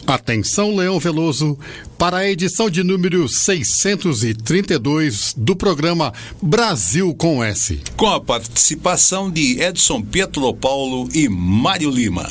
Atenção, Leão Veloso, para a edição de número 632 do programa Brasil com S. Com a participação de Edson Pietropaulo e Mário Lima.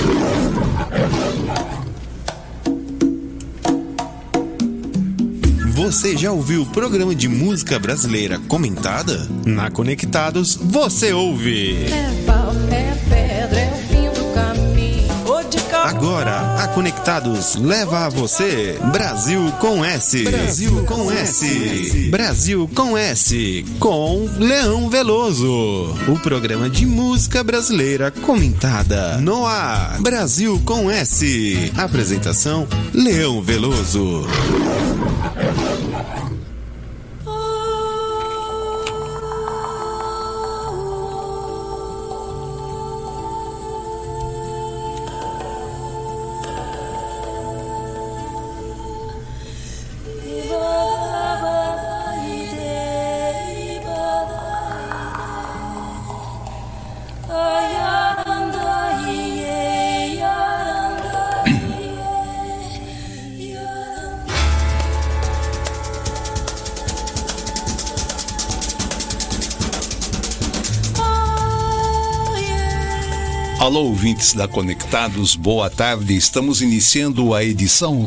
Você já ouviu o programa de música brasileira comentada? Na Conectados, você ouve. É pau, é pedra, é o fim do caminho. Agora, a Conectados leva a você Brasil com S. Brasil com S. Brasil com S. Com Leão Veloso. O programa de música brasileira comentada. No ar, Brasil com S. Apresentação, Leão Veloso. Alô, ouvintes da Conectados, boa tarde. Estamos iniciando a edição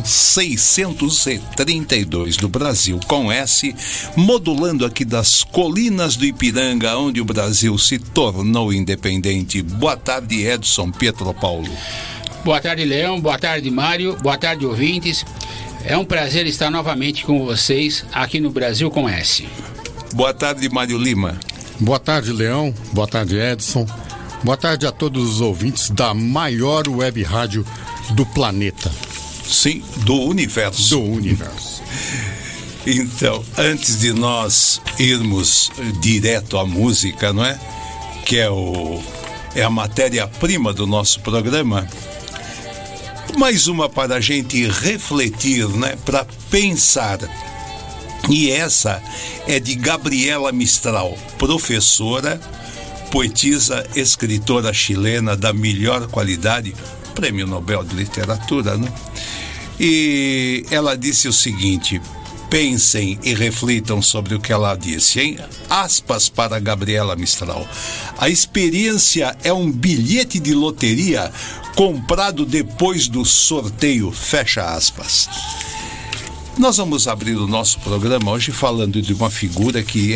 632 do Brasil com S, modulando aqui das colinas do Ipiranga, onde o Brasil se tornou independente. Boa tarde, Edson Pietropaulo. Boa tarde, Leão. Boa tarde, Mário. Boa tarde, ouvintes. É um prazer estar novamente com vocês aqui no Brasil com S. Boa tarde, Mário Lima. Boa tarde, Leão. Boa tarde, Edson. Boa tarde a todos os ouvintes da maior web rádio do planeta. Sim, do universo. Do universo. Então, antes de nós irmos direto à música, não é? Que é a matéria-prima do nosso programa. Mais uma para a gente refletir, né? Para pensar. E essa é de Gabriela Mistral, professora, poetisa, escritora chilena da melhor qualidade, Prêmio Nobel de Literatura, né? E ela disse o seguinte: pensem e reflitam sobre o que ela disse, hein? Aspas para Gabriela Mistral: a experiência é um bilhete de loteria comprado depois do sorteio, fecha aspas. Nós vamos abrir o nosso programa hoje falando de uma figura que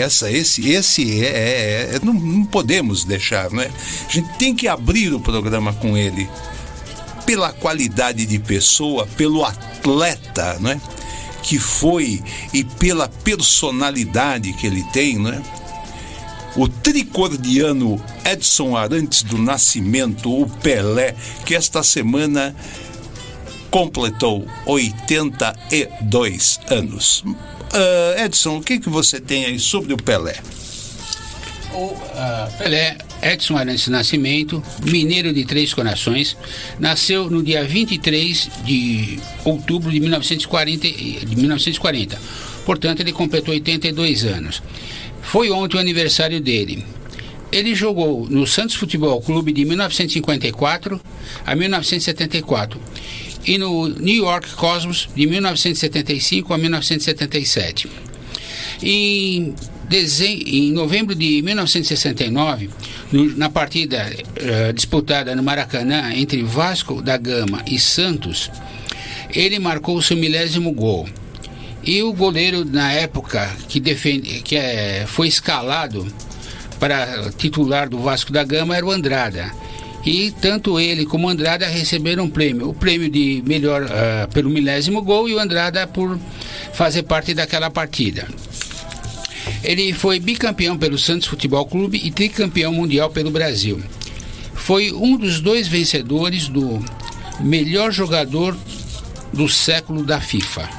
não podemos deixar, né? A gente tem que abrir o programa com ele, pela qualidade de pessoa, pelo atleta, né? Que foi, e pela personalidade que ele tem, né? O tricordiano Edson Arantes do Nascimento, o Pelé, que esta semana completou 82 anos. Edson, o que você tem aí sobre o Pelé? O Pelé, Edson Arantes do Nascimento, mineiro de Três Corações, nasceu no dia 23 de outubro de 1940. Portanto, ele completou 82 anos. Foi ontem o aniversário dele. Ele jogou no Santos Futebol Clube de 1954 a 1974 e no New York Cosmos de 1975 a 1977. Em novembro de 1969, na partida disputada no Maracanã entre Vasco da Gama e Santos, ele marcou o seu 1000º gol. E o goleiro, na época, foi escalado para titular do Vasco da Gama era o Andrada. E tanto ele como o Andrada receberam um prêmio. O prêmio de melhor pelo 1000º gol e o Andrada por fazer parte daquela partida. Ele foi bicampeão pelo Santos Futebol Clube e tricampeão mundial pelo Brasil. Foi um dos 2 vencedores do melhor jogador do século da FIFA.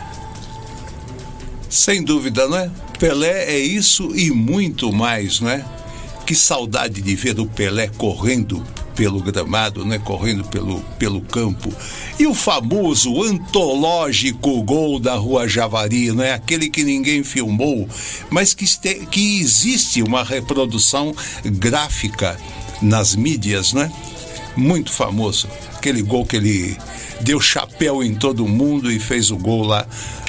Sem dúvida, não é? Pelé é isso e muito mais, não é? Que saudade de ver o Pelé correndo pelo gramado, né? Correndo pelo campo. E o famoso antológico gol da Rua Javari, né? Aquele que ninguém filmou, mas que existe uma reprodução gráfica nas mídias, né? Muito famoso. Aquele gol que ele deu chapéu em todo mundo e fez o gol lá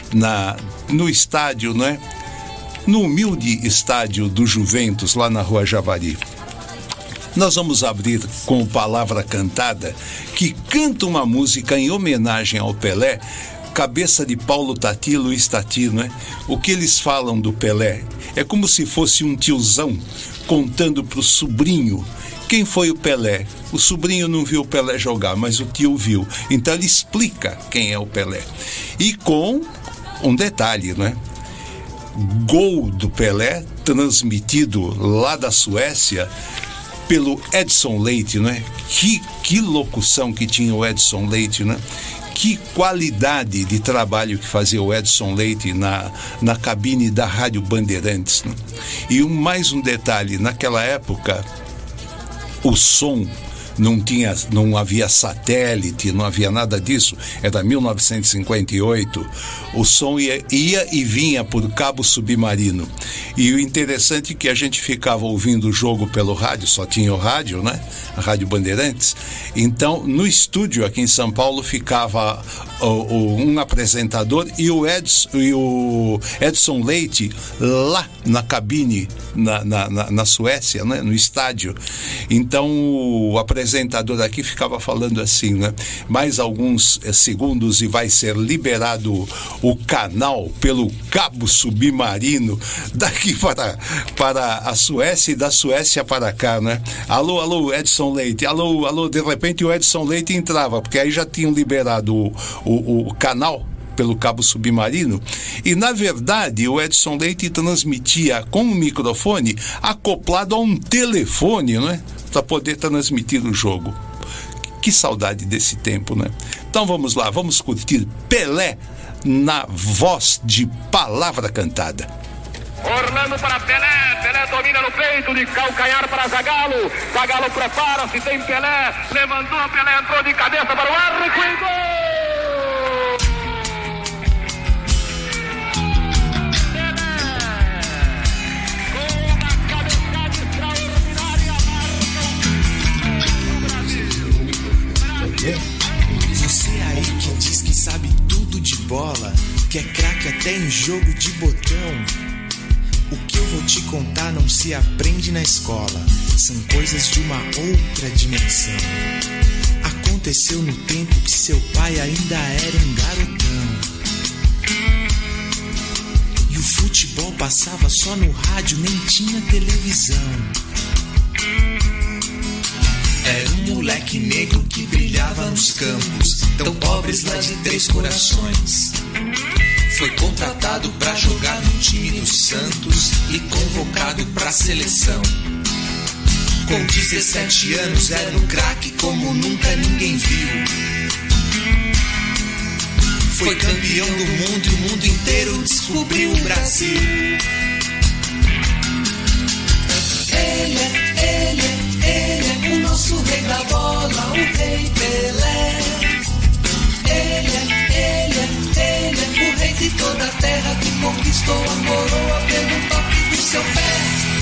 no estádio, né? No humilde estádio do Juventus, lá na Rua Javari. Nós vamos abrir com Palavra Cantada, que canta uma música em homenagem ao Pelé, cabeça de Paulo Tati e Luiz Tati, né? O que eles falam do Pelé é como se fosse um tiozão contando pro sobrinho quem foi o Pelé. O sobrinho não viu o Pelé jogar, mas o tio viu. Então ele explica quem é o Pelé. E com um detalhe, né? Gol do Pelé transmitido lá da Suécia pelo Edson Leite, né? Que locução que tinha o Edson Leite, né? Que qualidade de trabalho que fazia o Edson Leite na cabine da Rádio Bandeirantes, né? E mais um detalhe, naquela época o som não havia satélite, não havia nada disso, era 1958, o som ia e vinha por cabo submarino, e o interessante é que a gente ficava ouvindo o jogo pelo rádio, só tinha o rádio, né? A Rádio Bandeirantes. Então no estúdio aqui em São Paulo ficava um apresentador e o Edson Leite lá na cabine na Suécia, né? No estádio. Então o apresentador aqui ficava falando assim, né? Mais alguns segundos e vai ser liberado o canal pelo cabo submarino daqui para a Suécia e da Suécia para cá, né? Alô, Edson Leite, alô, de repente o Edson Leite entrava, porque aí já tinham liberado o canal pelo cabo submarino, e na verdade o Edson Leite transmitia com um microfone acoplado a um telefone, né? Para poder transmitir o jogo. Que saudade desse tempo, né? Então vamos lá, vamos curtir Pelé na voz de Palavra Cantada. Orlando para Pelé domina no peito, de calcanhar para Zagallo prepara-se, tem Pelé, levantou, Pelé entrou de cabeça para o ar, e Você aí que diz que sabe tudo de bola, que é craque até em jogo de botão. O que eu vou te contar não se aprende na escola, são coisas de uma outra dimensão. Aconteceu no tempo que seu pai ainda era um garotão, e o futebol passava só no rádio, nem tinha televisão. Era um moleque negro que brilhava nos campos, tão pobres lá de Três Corações. Foi contratado pra jogar no time do Santos e convocado pra seleção. Com 17 anos era um craque como nunca ninguém viu. Foi campeão do mundo e o mundo inteiro descobriu o Brasil. Ele é o nosso rei da bola, o rei Pelé. Ele é o rei de toda a terra que conquistou a coroa pelo toque do seu pé.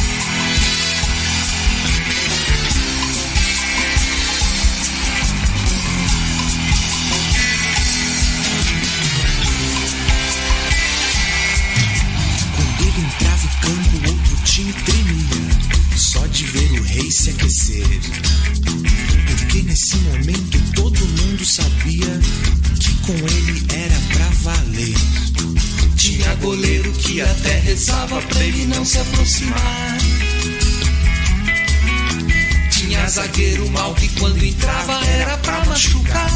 Quando ele entrava em campo, outro time tremia, só de ver o rei se aquecer. Porque nesse momento todo mundo sabia que com ele era pra valer. Tinha goleiro que até rezava pra ele não se aproximar. Tinha zagueiro mal que quando entrava era pra machucar.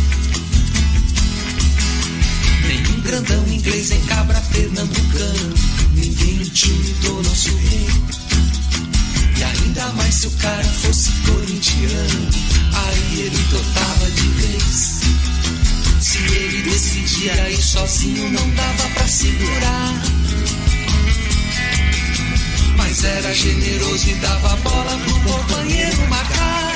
Nenhum grandão inglês em cabra pernambucano, ninguém intimidou nosso rei. E ainda mais se o cara fosse corintiano, aí ele dotava de vez. Se ele decidia ir sozinho, não dava pra segurar. Mas era generoso e dava bola pro companheiro marcar.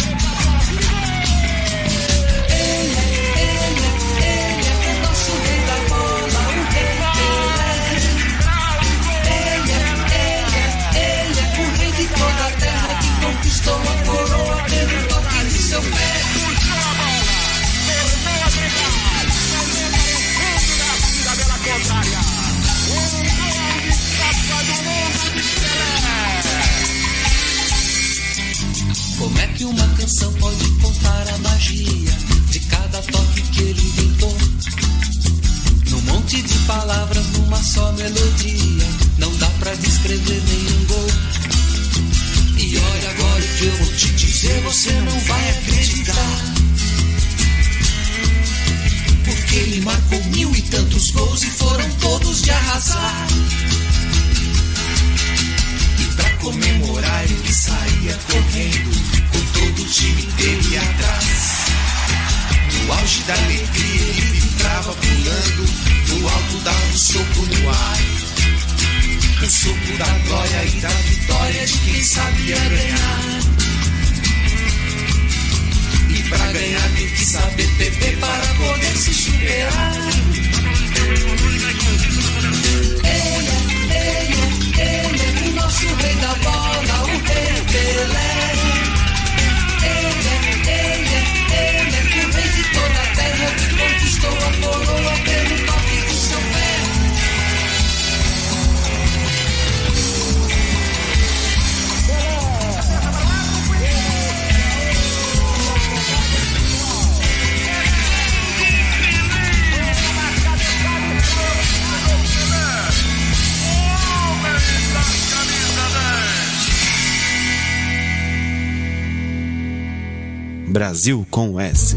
Ele é o nosso rei da bola, o rei Pelé. Ele é o rei de toda a terra que conquistou a coroa pelo toque de seu pé. você não vai acreditar. Porque ele marcou 1000 e tantos gols e foram todos de arrasar. E pra comemorar ele saía correndo, com todo o time dele atrás. No auge da alegria ele ficava pulando, no alto dava um soco no ar. O soco da glória e da vitória de quem sabia ganhar. E pra ganhar tem que saber beber para poder se superar. Ele, o nosso rei da bola, o rei Pelé. Ele, o rei de toda a terra que conquistou a coroa pelo toque do seu pé. Brasil com S.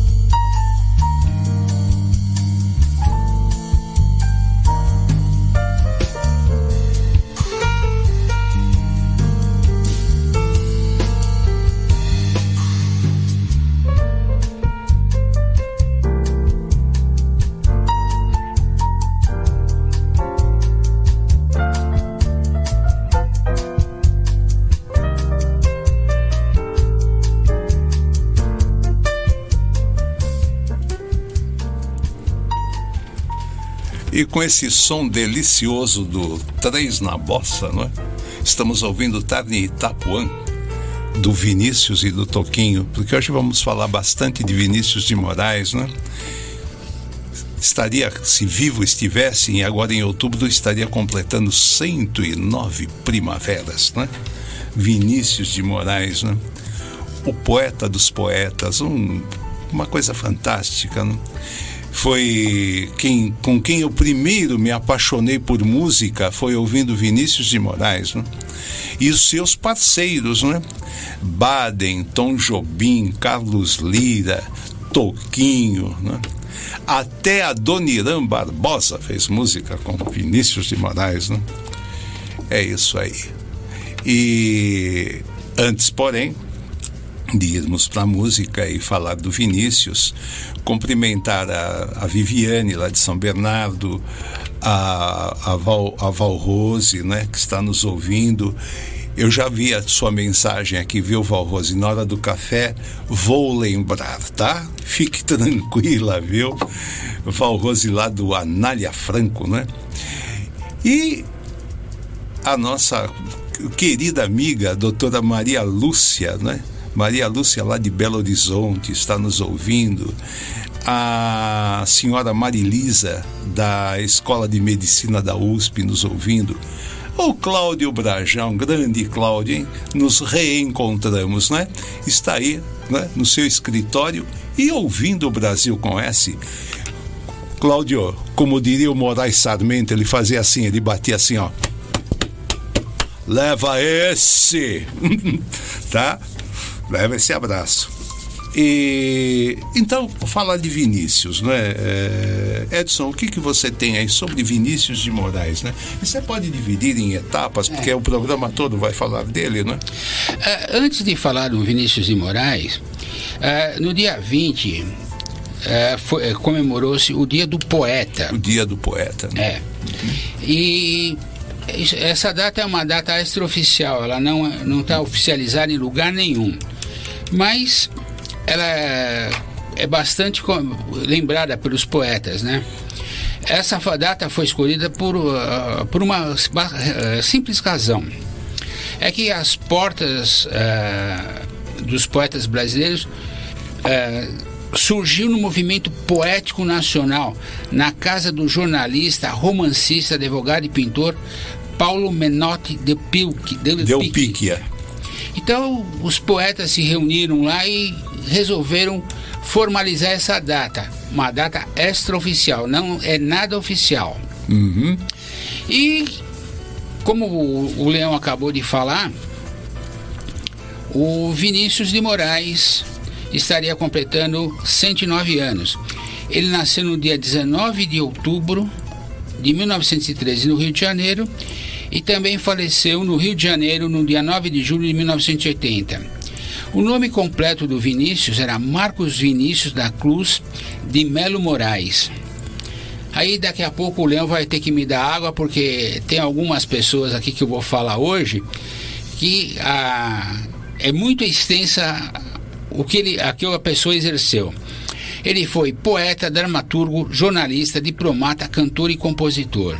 E com esse som delicioso do Três na Bossa, não é? Estamos ouvindo Tarde em Itapuã, do Vinícius e do Toquinho, porque hoje vamos falar bastante de Vinícius de Moraes, né? Estaria, se vivo estivesse, e agora em outubro estaria completando 109 primaveras, né? Vinícius de Moraes, né? O poeta dos poetas, uma coisa fantástica, né? Foi com quem eu primeiro me apaixonei por música, foi ouvindo Vinícius de Moraes, né? E os seus parceiros, né? Baden, Tom Jobim, Carlos Lira, Toquinho, né? Até a Adoniran Barbosa fez música com Vinícius de Moraes, né? É isso aí. E antes, porém, de irmos para a música e falar do Vinícius, cumprimentar a Viviane lá de São Bernardo, a Val Rose, né, que está nos ouvindo. Eu já vi a sua mensagem aqui, viu, Val Rose? Na hora do café vou lembrar, tá? Fique tranquila, viu? Val Rose lá do Anália Franco, né? E a nossa querida amiga, a doutora Maria Lúcia, né? Maria Lúcia lá de Belo Horizonte está nos ouvindo. A senhora Marilisa da Escola de Medicina da USP nos ouvindo. O Cláudio Brajão, grande Cláudio, hein? Nos reencontramos, né? Está aí, né? No seu escritório e ouvindo o Brasil com S. Cláudio, como diria o Moraes Sarmento, ele fazia assim, ele batia assim, ó. Leva esse! Tá? Leva esse abraço. E então, falar de Vinícius, né? Edson, o que você tem aí sobre Vinícius de Moraes, né? E você pode dividir em etapas, porque o programa todo vai falar dele, né? Antes de falar do Vinícius de Moraes, no dia 20 comemorou-se o Dia do Poeta. O Dia do Poeta, né? E essa data é uma data extraoficial, ela não está oficializada em lugar nenhum, mas ela é bastante lembrada pelos poetas, né? Essa data foi escolhida por uma simples razão. É que as portas dos poetas brasileiros surgiu no movimento poético nacional, na casa do jornalista, romancista, advogado e pintor Paulo Menotti Del Picchia. Então, os poetas se reuniram lá e resolveram formalizar essa data, uma data extraoficial, não é nada oficial. Uhum. E, como o Leão acabou de falar, o Vinícius de Moraes estaria completando 109 anos. Ele nasceu no dia 19 de outubro de 1913 no Rio de Janeiro e também faleceu no Rio de Janeiro no dia 9 de julho de 1980. O nome completo do Vinícius era Marcos Vinícius da Cruz de Melo Moraes. Aí daqui a pouco o Leão vai ter que me dar água, porque tem algumas pessoas aqui que eu vou falar hoje que é muito extensa a que a pessoa exerceu. Ele foi poeta, dramaturgo, jornalista, diplomata, cantor e compositor.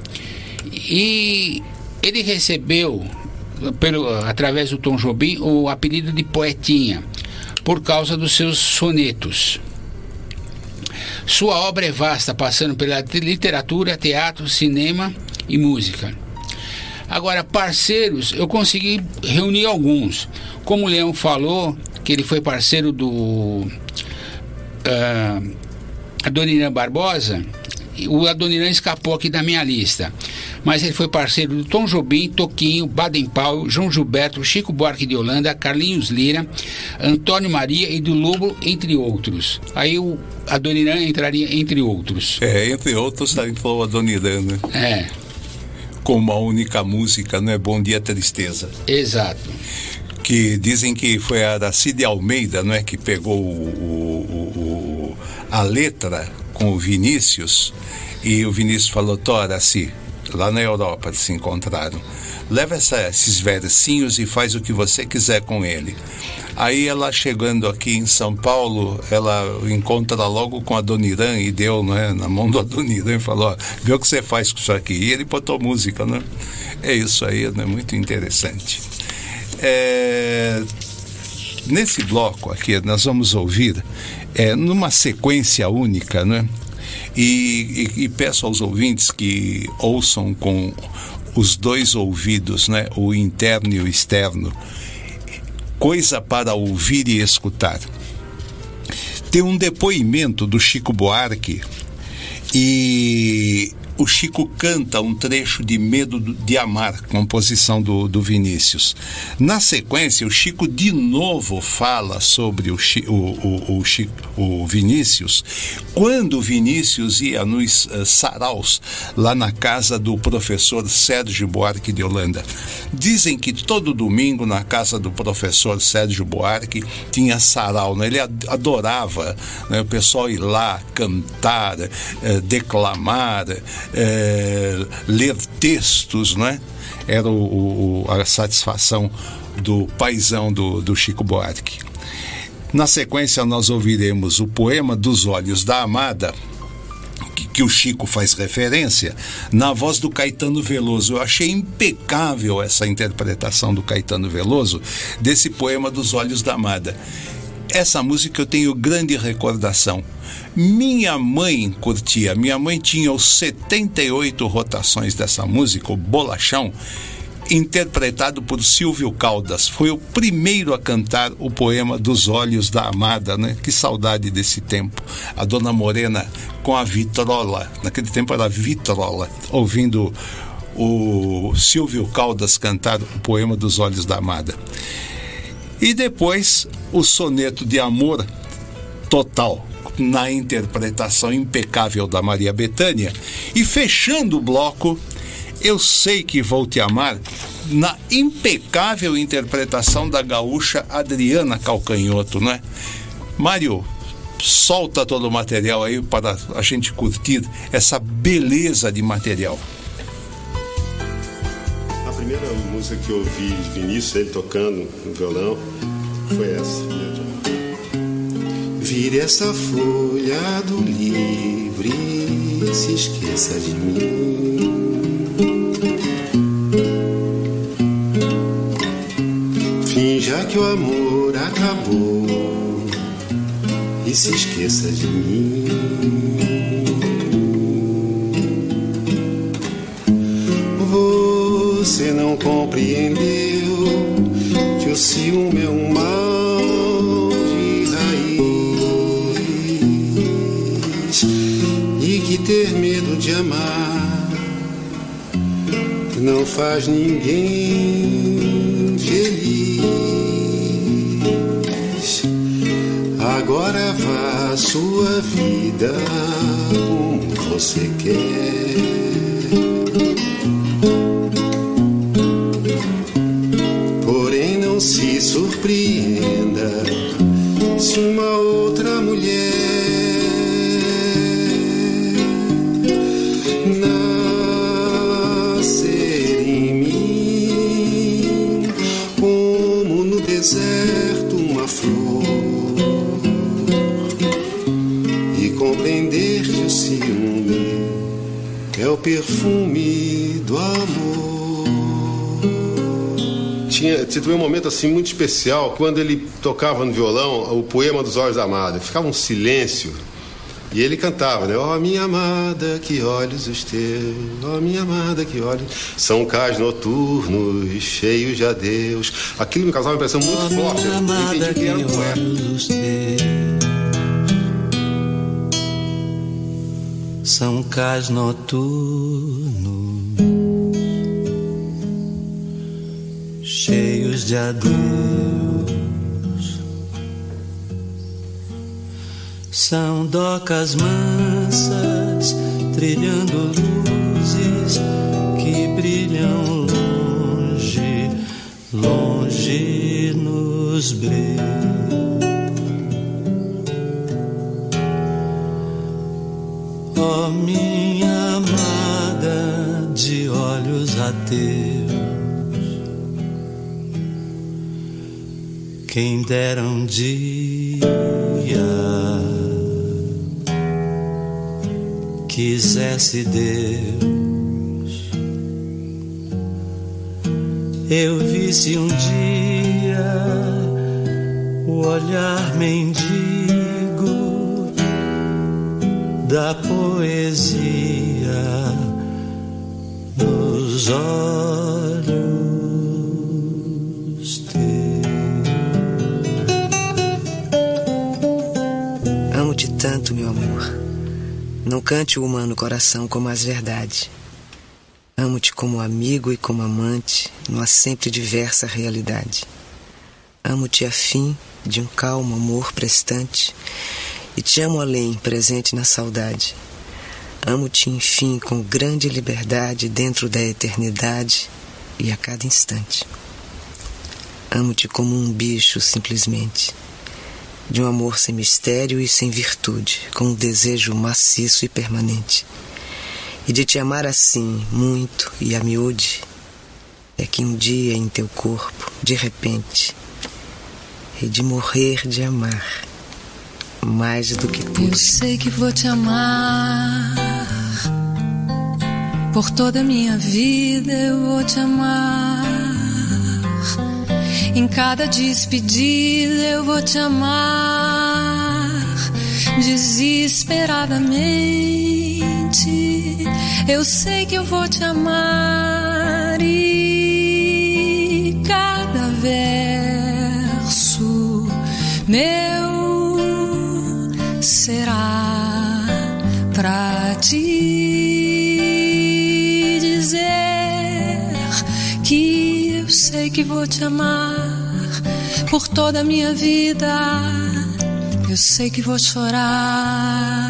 E ele recebeu, através do Tom Jobim, o apelido de Poetinha, por causa dos seus sonetos. Sua obra é vasta, passando pela literatura, teatro, cinema e música. Agora, parceiros, eu consegui reunir alguns. Como o Leão falou, que ele foi parceiro do Adoniran Barbosa, o Adoniran escapou aqui da minha lista. Mas ele foi parceiro do Tom Jobim, Toquinho, Baden Powell, João Gilberto, Chico Buarque de Holanda, Carlinhos Lira, Antônio Maria e do Lobo, entre outros. Aí o Adoniran entraria entre outros. Entre outros, a gente falou o Adoniran, né? Com uma única música, não é? Bom Dia Tristeza. Exato. Que dizem que foi a Aracide Almeida, não é? Que pegou a letra com o Vinícius, e o Vinícius falou: Araci, lá na Europa eles se encontraram, leva esses versinhos e faz o que você quiser com ele. Aí ela, chegando aqui em São Paulo, ela encontra logo com a Adoniran e deu, né, na mão do Adoniran e falou: vê o que você faz com isso aqui. E ele botou música, né? É isso aí, né? Muito interessante. Nesse bloco aqui nós vamos ouvir numa sequência única, né? E peço aos ouvintes que ouçam com os dois ouvidos, né? O interno e o externo. Coisa para ouvir e escutar. Tem um depoimento do Chico Buarque e o Chico canta um trecho de Medo de Amar, composição do Vinícius. Na sequência, o Chico de novo fala sobre o Vinícius, quando o Vinícius ia nos saraus, lá na casa do professor Sérgio Buarque de Holanda. Dizem que todo domingo, na casa do professor Sérgio Buarque, tinha sarau, né? Ele adorava, né, o pessoal ir lá cantar, declamar, ler textos, né? Era a satisfação do paizão do Chico Buarque. Na sequência nós ouviremos o poema Dos Olhos da Amada, que o Chico faz referência, na voz do Caetano Veloso. Eu achei impecável essa interpretação do Caetano Veloso desse poema Dos Olhos da Amada. Essa música eu tenho grande recordação. Minha mãe curtia, minha mãe tinha os 78 rotações dessa música, o Bolachão, interpretado por Silvio Caldas. Foi o primeiro a cantar o poema Dos Olhos da Amada, né? Que saudade desse tempo. A Dona Morena com a vitrola, naquele tempo era vitrola, ouvindo o Silvio Caldas cantar o poema Dos Olhos da Amada. E depois o soneto de amor total, na interpretação impecável da Maria Bethânia. E fechando o bloco, Eu Sei Que Vou Te Amar, na impecável interpretação da gaúcha Adriana Calcanhoto, né? Mário, solta todo o material aí para a gente curtir essa beleza de material. A primeira música que eu ouvi de Vinícius, ele tocando no violão, foi essa. Vire essa folha do livro e se esqueça de mim. Finja que o amor acabou e se esqueça de mim. Você não compreendeu que o ciúme é um mal de raiz e que ter medo de amar não faz ninguém feliz. Agora vá sua vida como você quer. Porém não se surpreenda se uma outra mulher nascer em mim, como no deserto uma flor, e compreender que o ciúme é o perfume do amor. Tive um momento assim muito especial quando ele tocava no violão o poema dos Olhos da Amada. Ficava um silêncio e ele cantava, né? Ó minha amada, que olhos os teus, ó minha amada, que olhos. São cais noturnos, cheios de adeus. Aquilo me causava uma impressão muito forte. Eu entendi que era um poeta. São cais noturnos, cheios de adeus. São docas mansas, trilhando luzes que brilham longe, longe nos breu. Ó minha amada de olhos ateus, quem dera um dia quisesse Deus, eu visse um dia o olhar mendigo da poesia nos olhos teus. Amo-te tanto, meu amor. Não cante o humano coração como as verdades. Amo-te como amigo e como amante, numa sempre diversa realidade. Amo-te a fim de um calmo amor prestante, e te amo além, presente na saudade. Amo-te, enfim, com grande liberdade dentro da eternidade e a cada instante. Amo-te como um bicho, simplesmente, de um amor sem mistério e sem virtude, com um desejo maciço e permanente. E de te amar assim, muito e a miúde, é que um dia em teu corpo, de repente, hei de morrer de amar, mais do que tudo. Eu sei que vou te amar, por toda a minha vida eu vou te amar. Em cada despedida eu vou te amar, desesperadamente. Eu sei que eu vou te amar, e cada verso meu será pra te dizer que eu sei que vou te amar por toda a minha vida. Eu sei que vou chorar,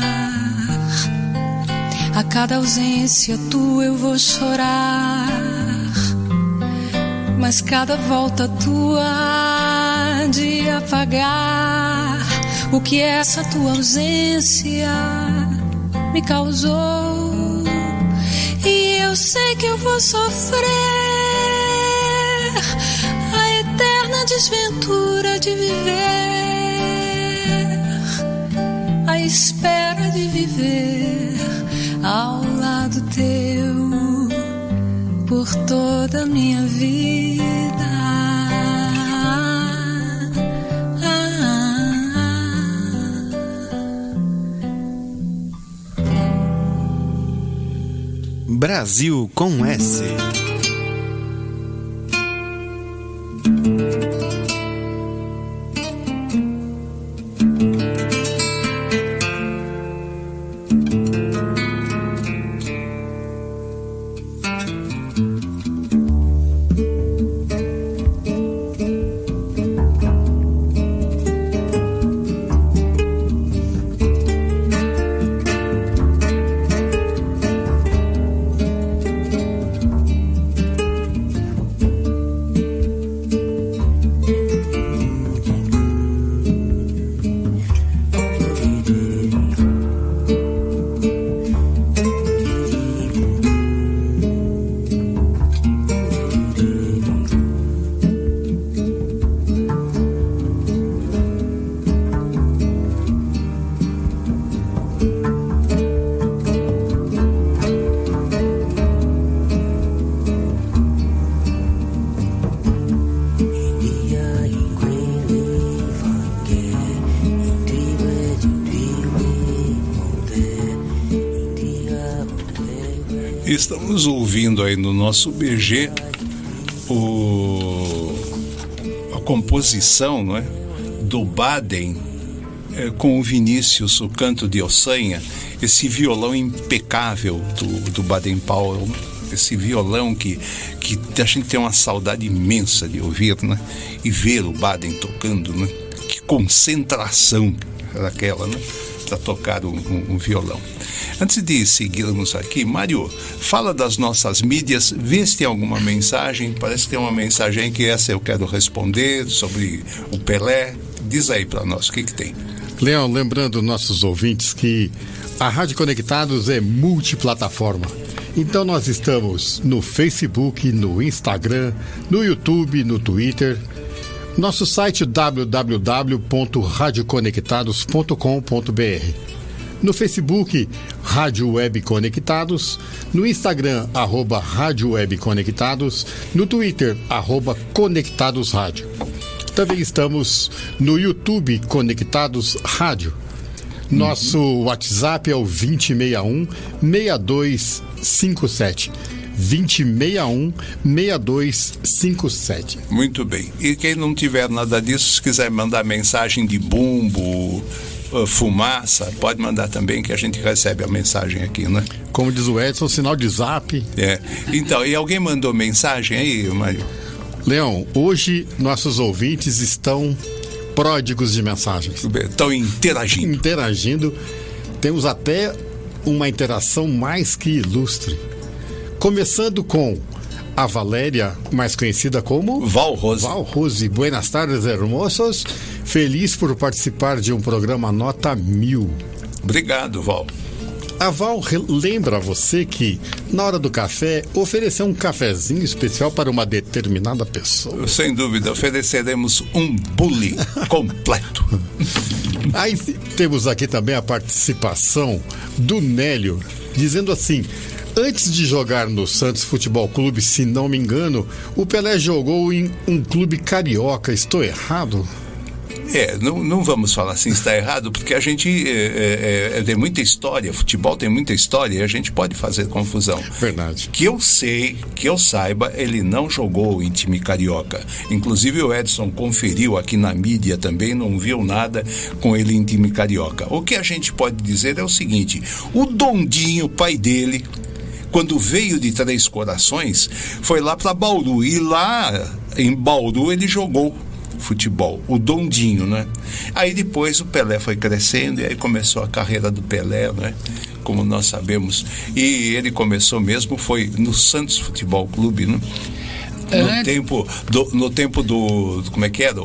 a cada ausência tua eu vou chorar, mas cada volta tua de apagar o que essa tua ausência me causou. E eu sei que eu vou sofrer a eterna desventura de viver, a espera de viver ao lado teu por toda a minha vida. Brasil com S. Estamos ouvindo aí no nosso BG a composição, não é, do Baden com o Vinícius, o canto de Ossanha, esse violão impecável do Baden-Powell, esse violão que a gente tem uma saudade imensa de ouvir, né? E ver o Baden tocando, né? Que concentração era aquela, né? Para tocar um violão. Antes de seguirmos aqui, Mário, fala das nossas mídias, vê se tem alguma mensagem. Parece que tem uma mensagem que essa eu quero responder, sobre o Pelé. Diz aí para nós, o que tem? Leão, lembrando nossos ouvintes que a Rádio Conectados é multiplataforma. Então nós estamos no Facebook, no Instagram, no YouTube, no Twitter. Nosso site www.radioconectados.com.br. No Facebook, Rádio Web Conectados. No Instagram, @Rádio Web Conectados. No Twitter, @Conectados Rádio. Também estamos no YouTube Conectados Rádio. Nosso WhatsApp é o 2061-6257. 2061-6257. Muito bem. E quem não tiver nada disso, se quiser mandar mensagem de bumbo, fumaça, pode mandar também, que a gente recebe a mensagem aqui, né? Como diz o Edson, sinal de zap. Então, e alguém mandou mensagem aí, Mário? Leão, hoje nossos ouvintes estão pródigos de mensagens. Estão interagindo. Temos até uma interação mais que ilustre. Começando com a Valéria, mais conhecida como Val Rose. Buenas tardes, hermosos. Feliz por participar de um programa nota 1000. Obrigado, Val. A Val lembra a você que, na hora do café, ofereceu um cafezinho especial para uma determinada pessoa. Sem dúvida, ofereceremos um bule completo. Aí temos aqui também a participação do Nélio, dizendo assim: antes de jogar no Santos Futebol Clube, se não me engano, o Pelé jogou em um clube carioca. Estou errado? Não vamos falar assim, está errado, porque a gente tem muita história, futebol tem muita história e a gente pode fazer confusão. Verdade. Que eu saiba, ele não jogou em time carioca. Inclusive o Edson conferiu aqui na mídia também, não viu nada com ele em time carioca. O que a gente pode dizer é o seguinte: o Dondinho, pai dele, quando veio de Três Corações, foi lá para Bauru, e lá em Bauru ele jogou futebol, o Dondinho, né? Aí depois o Pelé foi crescendo e aí começou a carreira do Pelé, né? Como nós sabemos. E ele começou mesmo, foi no Santos Futebol Clube, né? No tempo do como é que era?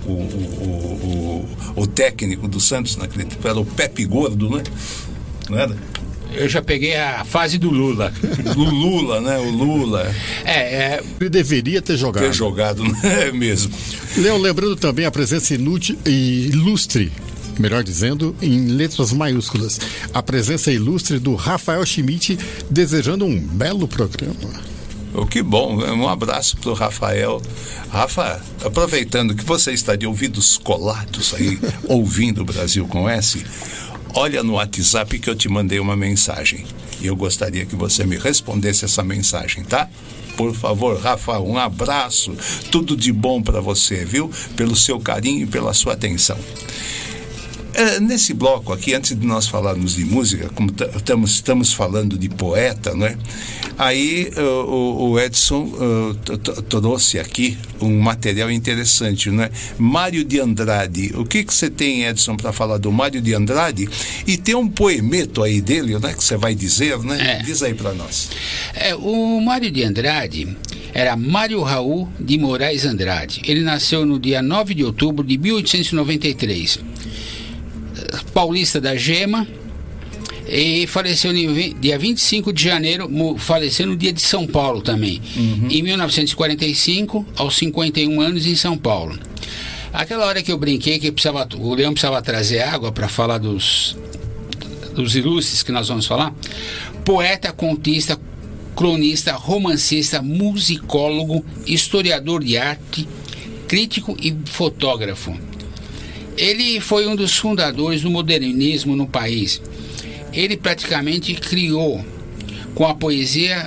O técnico do Santos naquele tempo era o Pepe Gordo, né? Não era? Eu já peguei a fase do Lula. Do Lula, né? O Lula. Ele deveria ter jogado. Ter jogado, não é mesmo? Leão, lembrando também a presença ilustre, melhor dizendo, em letras maiúsculas, a presença ilustre do Rafael Schmidt, desejando um belo programa. Que bom, um abraço para o Rafael. Rafa, aproveitando que você está de ouvidos colados aí, ouvindo o Brasil com S, olha no WhatsApp que eu te mandei uma mensagem. E eu gostaria que você me respondesse essa mensagem, tá? Por favor, Rafa, um abraço. Tudo de bom para você, viu? Pelo seu carinho e pela sua atenção. Nesse bloco aqui, antes de nós falarmos de música, como estamos falando de poeta, né? Aí o Edson trouxe aqui um material interessante, né? Mário de Andrade. O que você tem, Edson, para falar do Mário de Andrade? E tem um poemeto aí dele, né? Que você vai dizer, né? Diz aí para nós. O Mário de Andrade era Mário Raul de Moraes Andrade. Ele nasceu no dia 9 de outubro de 1893. Paulista da Gema, e faleceu no dia 25 de janeiro, faleceu no dia de São Paulo também, em 1945, aos 51 anos, em São Paulo. Aquela hora que eu brinquei que o Leão precisava trazer água para falar dos ilustres que nós vamos falar: poeta, contista, cronista, romancista, musicólogo, historiador de arte, crítico e fotógrafo. Ele foi um dos fundadores do modernismo no país. Ele praticamente criou com a poesia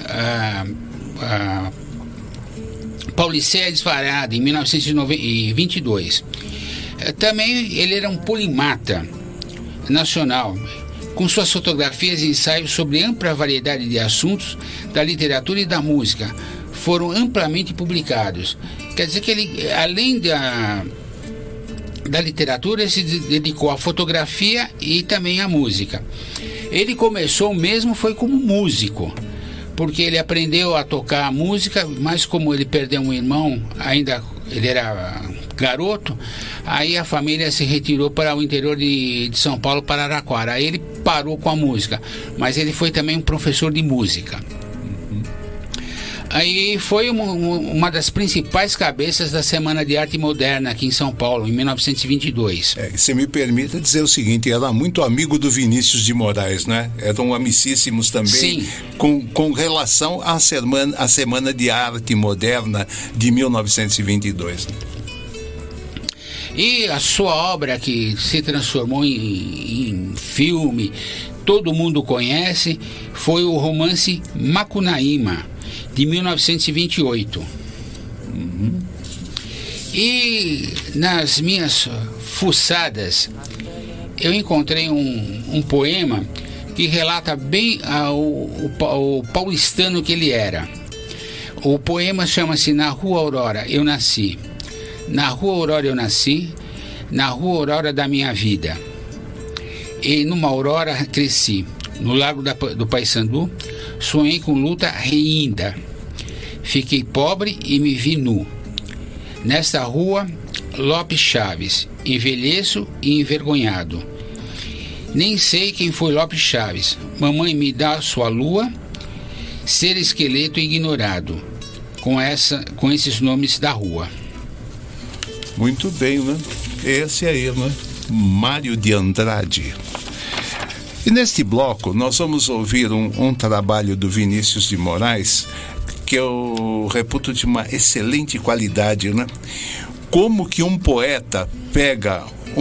Pauliceia Desvariada, em 1922. Também ele era um polimata nacional, com suas fotografias e ensaios sobre ampla variedade de assuntos da literatura e da música. Foram amplamente publicados. Quer dizer que ele, além da literatura, ele se dedicou à fotografia e também à música. Ele começou mesmo foi como músico, porque ele aprendeu a tocar música, mas como ele perdeu um irmão, ainda ele era garoto, aí a família se retirou para o interior de São Paulo, para Araraquara. Aí ele parou com a música, mas ele foi também um professor de música. Aí foi uma das principais cabeças da Semana de Arte Moderna aqui em São Paulo, em 1922. Se me permita dizer o seguinte, era muito amigo do Vinícius de Moraes, né? Eram amicíssimos também. Sim. Com relação à Semana de Arte Moderna de 1922. E a sua obra, que se transformou em filme, todo mundo conhece, foi o romance Macunaíma, de 1928. E nas minhas fuçadas eu encontrei um poema que relata bem o paulistano que ele era. O poema chama-se Na Rua Aurora Eu Nasci. Na Rua Aurora eu nasci, na Rua Aurora da minha vida. E numa aurora cresci. No Lago do Paissandu, sonhei com luta reinda. Fiquei pobre e me vi nu. Nesta rua, Lopes Chaves, envelheço e envergonhado. Nem sei quem foi Lopes Chaves. Mamãe me dá sua lua, ser esqueleto ignorado. Com esses nomes da rua. Muito bem, né? Esse aí, né? Mário de Andrade. E neste bloco nós vamos ouvir um trabalho do Vinícius de Moraes que eu reputo de uma excelente qualidade, né? Como que um poeta pega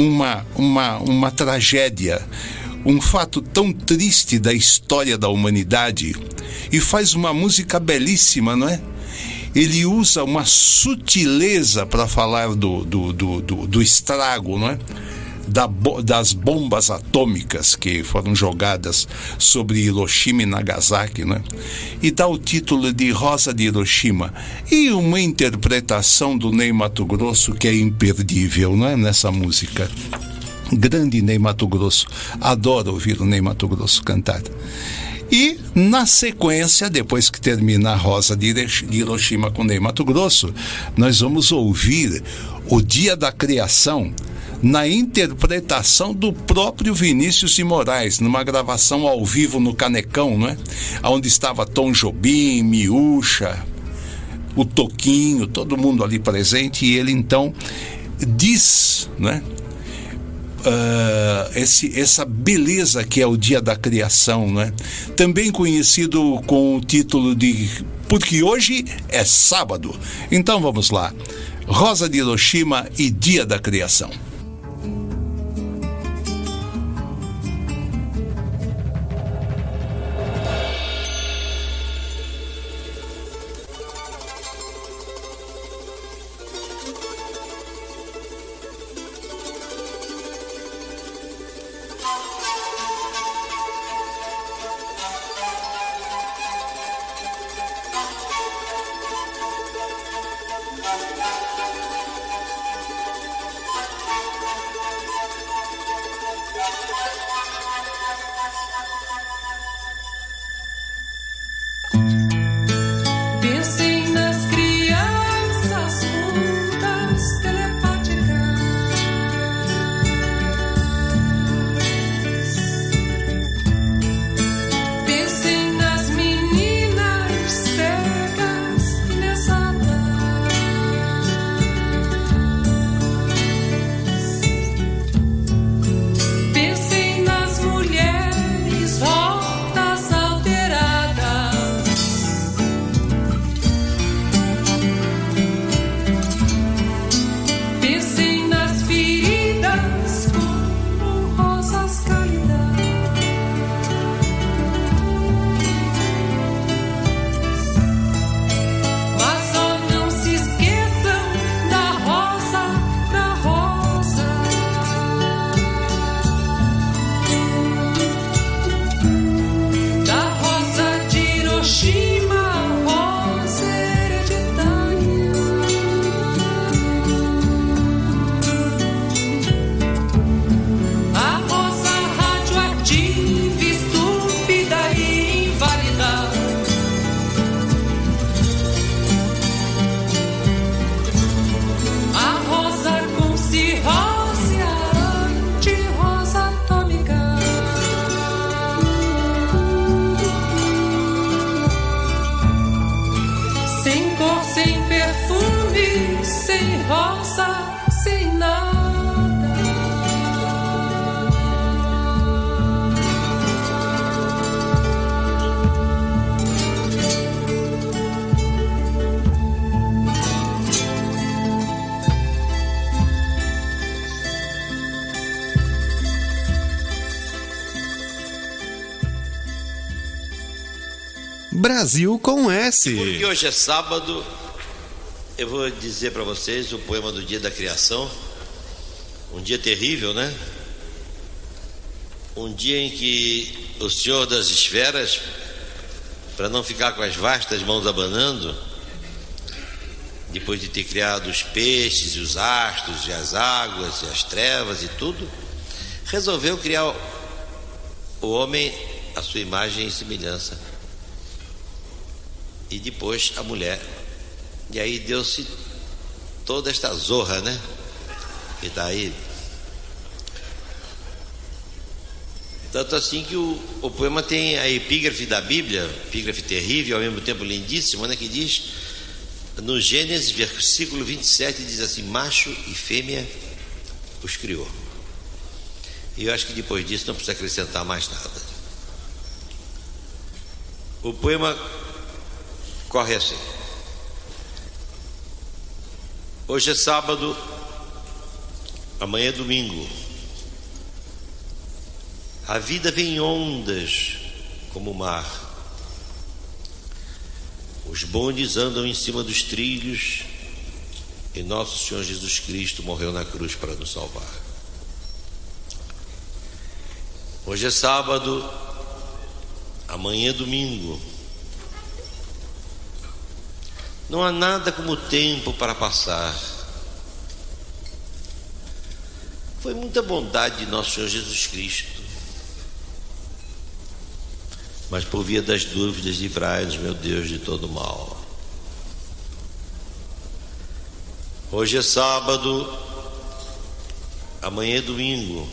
uma tragédia, um fato tão triste da história da humanidade e faz uma música belíssima, não é? Ele usa uma sutileza para falar do estrago, não é? Das bombas atômicas que foram jogadas sobre Hiroshima e Nagasaki, né? E dá o título de Rosa de Hiroshima e uma interpretação do Ney Matogrosso que é imperdível, não é? Nessa música. Grande Ney Matogrosso, adoro ouvir o Ney Matogrosso cantar. E na sequência, depois que termina a Rosa de Hiroshima com Ney Matogrosso, nós vamos ouvir O Dia da Criação, na interpretação do próprio Vinícius de Moraes, numa gravação ao vivo no Canecão, não é? Onde estava Tom Jobim, Miúcha, o Toquinho, todo mundo ali presente, e ele então diz, né? Essa beleza que é o Dia da Criação, né? Também conhecido com o título de Porque Hoje é Sábado. Então vamos lá, Rosa de Hiroshima e Dia da Criação. Brasil com S. Porque hoje é sábado, eu vou dizer para vocês o poema do dia da criação. Um dia terrível, né? Um dia em que o Senhor das Esferas, para não ficar com as vastas mãos abanando, depois de ter criado os peixes e os astros e as águas e as trevas e tudo, resolveu criar o homem à sua imagem e semelhança, e depois a mulher. E aí deu-se toda esta zorra, né, que está aí. Tanto assim que o poema tem a epígrafe da Bíblia, epígrafe terrível, ao mesmo tempo lindíssima, né, que diz, no Gênesis, versículo 27, diz assim: macho e fêmea os criou. E eu acho que depois disso não precisa acrescentar mais nada. O poema corre assim: hoje é sábado, amanhã é domingo. A vida vem em ondas como o mar. Os bondes andam em cima dos trilhos e nosso Senhor Jesus Cristo morreu na cruz para nos salvar. Hoje é sábado, amanhã é domingo. Não há nada como o tempo para passar. Foi muita bondade de nosso Senhor Jesus Cristo, mas por via das dúvidas livrai-nos, meu Deus, de todo mal. Hoje é sábado, amanhã é domingo.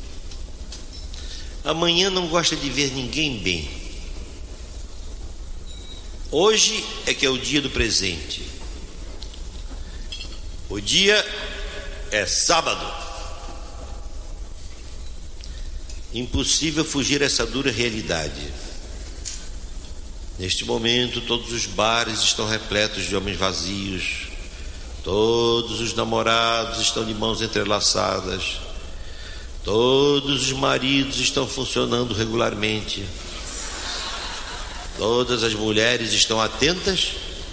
Amanhã não gosta de ver ninguém bem. Hoje é que é o dia do presente. O dia é sábado. Impossível fugir a essa dura realidade. Neste momento, todos os bares estão repletos de homens vazios. Todos os namorados estão de mãos entrelaçadas. Todos os maridos estão funcionando regularmente. Todas as mulheres estão atentas,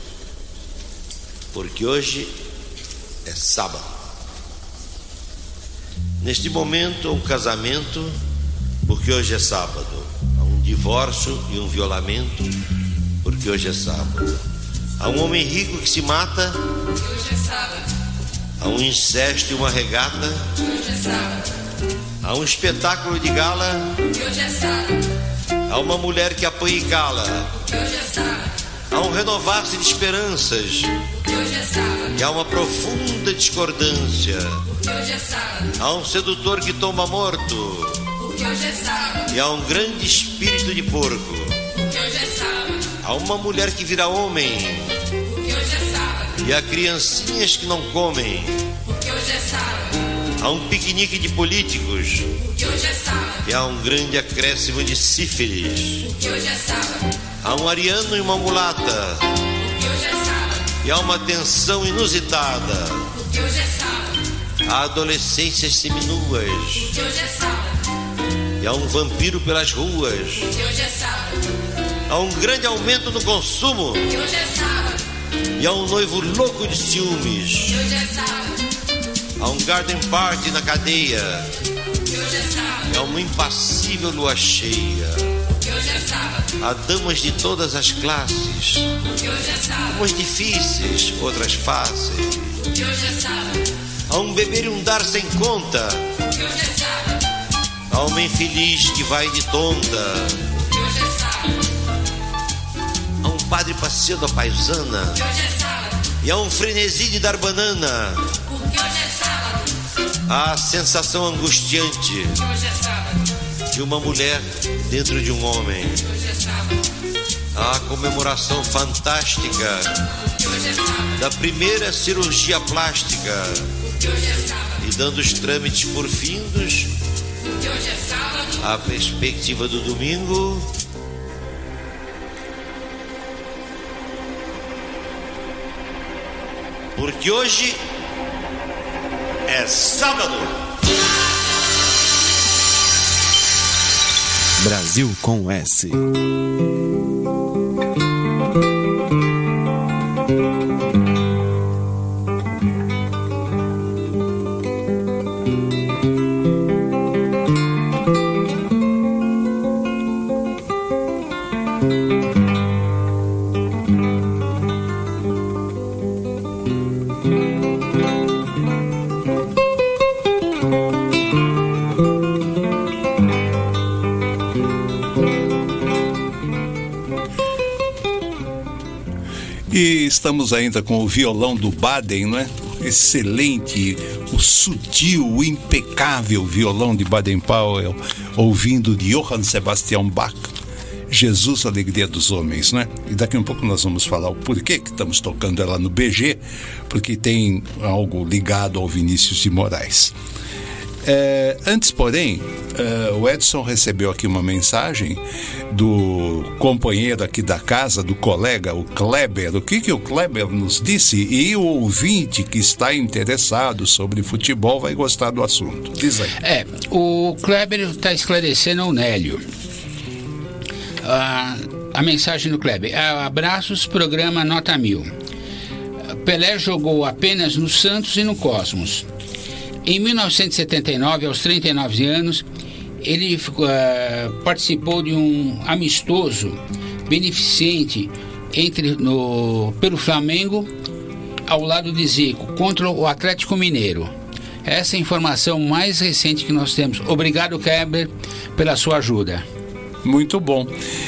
porque hoje é sábado. Neste momento, há um casamento, porque hoje é sábado. Há um divórcio e um violamento, porque hoje é sábado. Há um homem rico que se mata, porque hoje é sábado. Há um incesto e uma regata, porque hoje é sábado. Há um espetáculo de gala, porque hoje é sábado. Há uma mulher que apanha e cala, porque hoje é sábado. Há um renovar-se de esperanças, porque hoje é sábado. E há uma profunda discordância, porque hoje é sábado. Há um sedutor que tomba morto, porque hoje é sábado. E há um grande espírito de porco, porque hoje é sábado. Há uma mulher que vira homem, porque hoje é sábado. E há criancinhas que não comem, porque hoje é sábado. Há um piquenique de políticos, porque hoje é sábado. E há um grande acréscimo de sífilis, porque hoje é sábado. Há um ariano e uma mulata, porque hoje é sábado. E há uma tensão inusitada, porque hoje é sábado. Há adolescências seminuas, porque hoje é sábado. E há um vampiro pelas ruas, porque hoje é sábado. Há um grande aumento no consumo, porque hoje é sábado. E há um noivo louco de ciúmes, porque hoje é sábado. Há um garden party na cadeia, porque hoje é sábado. É uma impassível lua cheia, porque hoje é sábado. Há damas de todas as classes, porque hoje é sábado. Umas difíceis, outras fáceis, porque hoje é sábado. Há um beber e um dar sem conta, porque hoje é sábado. Há uma infeliz que vai de tonta, porque hoje é sábado. Há um padre passeando a paisana, porque hoje é sábado. E há um frenesi de dar banana, porque hoje é sábado. Há a sensação angustiante, porque hoje é sábado. De uma mulher dentro de um homem, porque hoje é sábado. Há a comemoração fantástica, porque hoje é sábado. Da primeira cirurgia plástica, porque hoje é sábado. E dando os trâmites por findos, porque hoje é sábado. A perspectiva do domingo, porque hoje é sábado. Brasil com S. E estamos ainda com o violão do Baden, não é? Excelente, o sutil, o impecável violão de Baden-Powell, ouvindo de Johann Sebastian Bach, Jesus, Alegria dos Homens, né? E daqui a um pouco nós vamos falar o porquê que estamos tocando ela no BG, porque tem algo ligado ao Vinícius de Moraes. Antes, porém, o Edson recebeu aqui uma mensagem do companheiro aqui da casa, do colega, o Kleber. O que o Kleber nos disse? E o ouvinte que está interessado sobre futebol vai gostar do assunto. Diz aí. O Kleber está esclarecendo ao Nélio. A mensagem do Kleber: abraços, programa Nota 1000. Pelé jogou apenas no Santos e no Cosmos. Em 1979, aos 39 anos, ele participou de um amistoso beneficente pelo Flamengo, ao lado de Zico, contra o Atlético Mineiro. Essa é a informação mais recente que nós temos. Obrigado, Kleber, pela sua ajuda. Muito bom.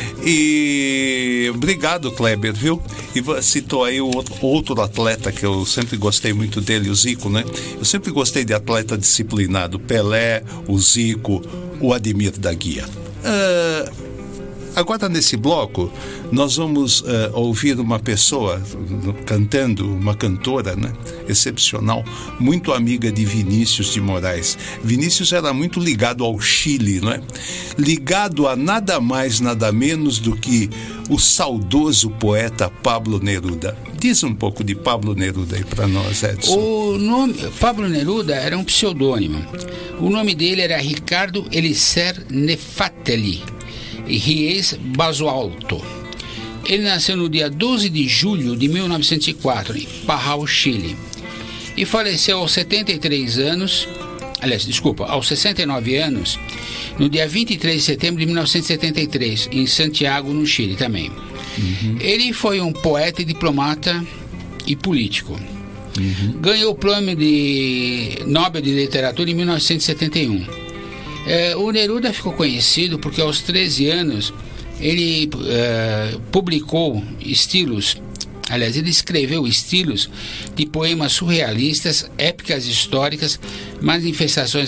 E obrigado, Kleber, viu? E citou aí o outro atleta que eu sempre gostei muito dele, o Zico, né? Eu sempre gostei de atleta disciplinado. Pelé, o Zico, o Ademir da Guia. Agora, nesse bloco, nós vamos ouvir uma pessoa cantando, uma cantora, né, excepcional, muito amiga de Vinícius de Moraes. Vinícius era muito ligado ao Chile, não é? Ligado a nada mais, nada menos do que o saudoso poeta Pablo Neruda. Diz um pouco de Pablo Neruda aí para nós, Edson. O nome Pablo Neruda era um pseudônimo. O nome dele era Ricardo Elicer Nefatelli e Ries Basualto. Ele nasceu no dia 12 de julho de 1904, em Parral, Chile, e faleceu aos 69 anos, no dia 23 de setembro de 1973, em Santiago, no Chile também. Ele foi um poeta e diplomata e político. Ganhou o prêmio Nobel de Literatura em 1971. O Neruda ficou conhecido porque aos 13 anos ele publicou ele escreveu estilos de poemas surrealistas, épicas históricas, manifestações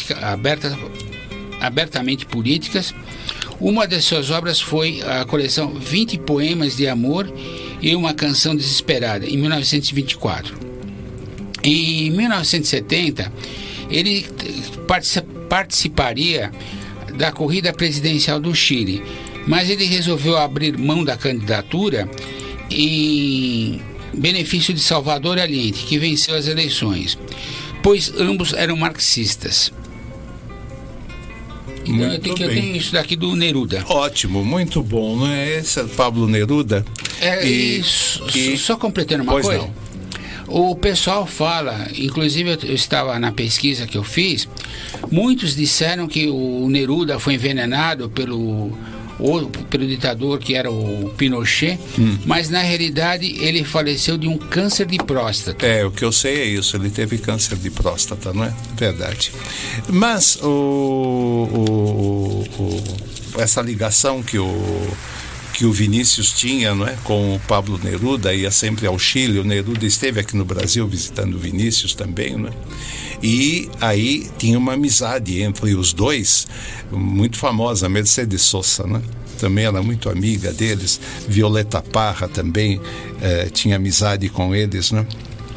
abertamente políticas. Uma de suas obras foi a coleção 20 Poemas de Amor e uma Canção Desesperada, em 1924. Em 1970, ele participaria da corrida presidencial do Chile, mas ele resolveu abrir mão da candidatura em benefício de Salvador Allende, que venceu as eleições, pois ambos eram marxistas. Então eu tenho isso daqui do Neruda. Ótimo, muito bom, não é? Esse é Pablo Neruda. Só completando uma coisa. Não. O pessoal fala, inclusive eu estava na pesquisa que eu fiz, muitos disseram que o Neruda foi envenenado pelo ditador que era o Pinochet, mas na realidade ele faleceu de um câncer de próstata. O que eu sei é isso, ele teve câncer de próstata, não é? Verdade. Mas essa ligação que o Vinícius tinha, não é, com o Pablo Neruda, ia sempre ao Chile. O Neruda esteve aqui no Brasil visitando o Vinícius também, não é? E aí tinha uma amizade entre os dois muito famosa. Mercedes Sosa, né? Também era muito amiga deles. Violeta Parra também tinha amizade com eles, né?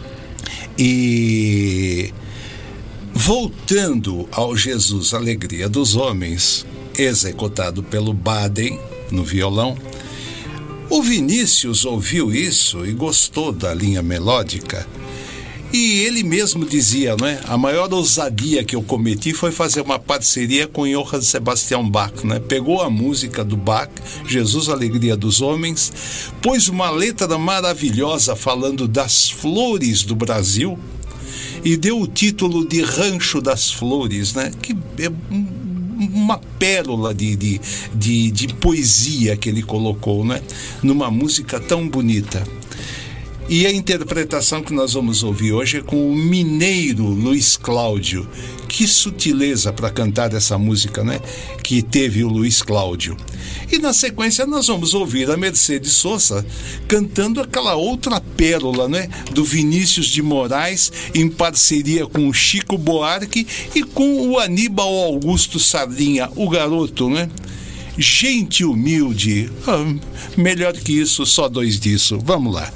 E voltando ao Jesus, Alegria dos Homens, executado pelo Baden no violão, o Vinícius ouviu isso e gostou da linha melódica. E ele mesmo dizia, não é? A maior ousadia que eu cometi foi fazer uma parceria com Johann Sebastian Bach, né? Pegou a música do Bach, Jesus, Alegria dos Homens, pôs uma letra maravilhosa falando das flores do Brasil e deu o título de Rancho das Flores, né? Que é uma pérola de poesia que ele colocou, né? Numa música tão bonita. E a interpretação que nós vamos ouvir hoje é com o mineiro Luiz Cláudio. Que sutileza para cantar essa música, né? Que teve o Luiz Cláudio. E na sequência nós vamos ouvir a Mercedes Sosa cantando aquela outra pérola, né? Do Vinícius de Moraes, em parceria com o Chico Buarque e com o Aníbal Augusto Sardinha, o garoto, né? Gente humilde. Melhor que isso, só dois disso. Vamos lá.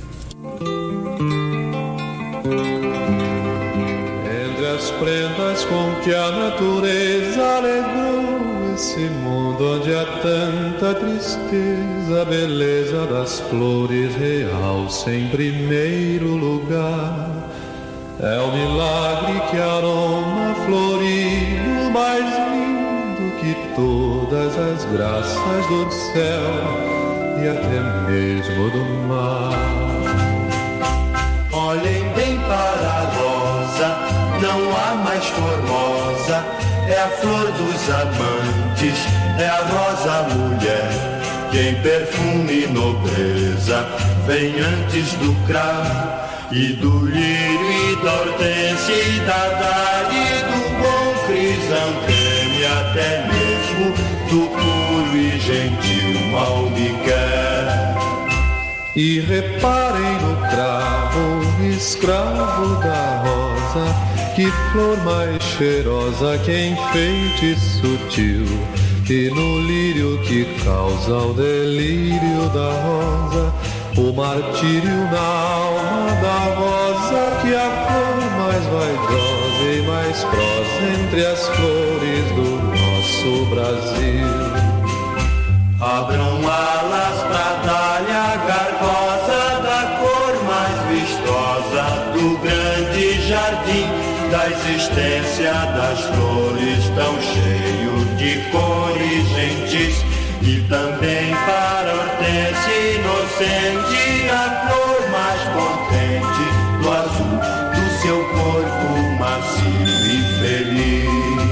Entre as prendas com que a natureza alegrou esse mundo onde há tanta tristeza, a beleza das flores realça em primeiro lugar. É o milagre que aroma florido mais lindo que todas as graças do céu e até mesmo do mar. Olhem bem para a rosa, não há mais formosa. É a flor dos amantes, é a rosa mulher, que em perfume e nobreza vem antes do cravo e do lírio e da hortência e da dália e do bom crisantemo e até mesmo do puro e gentil Malmiquer. E reparem no cravo, escravo da rosa, que flor mais cheirosa, que enfeite sutil, e no lírio que causa o delírio da rosa, o martírio na alma da rosa, que é a flor mais vaidosa e mais prosa entre as flores do nosso Brasil. Abram alas pra dar-lhe a garbosa da cor mais vistosa do grande jardim da existência das flores, tão cheio de cores gentis, e também para a hortência inocente, a flor mais contente do azul do seu corpo macio e feliz.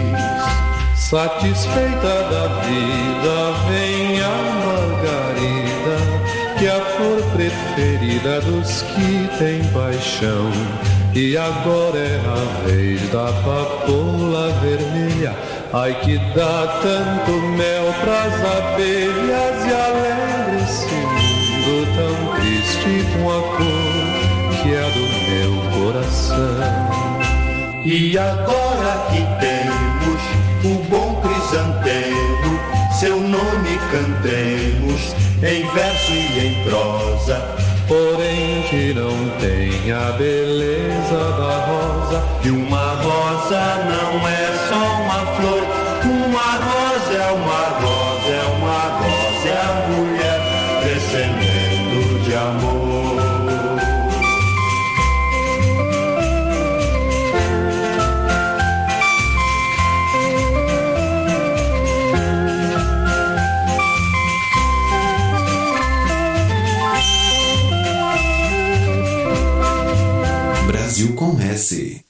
Satisfeita da vida vem a margarida, que é a flor preferida dos que têm paixão. E agora é a vez da papoula vermelha, ai que dá tanto mel pras abelhas e alegra esse mundo tão triste com a cor que é do meu coração. E agora que temos o bom crisantemo, seu nome cantemos em verso e em prosa, porém que não tem a beleza da rosa. E uma rosa não é só uma flor, uma rosa é uma rosa, é uma rosa, é a mulher descendendo de amor. Brasil com S.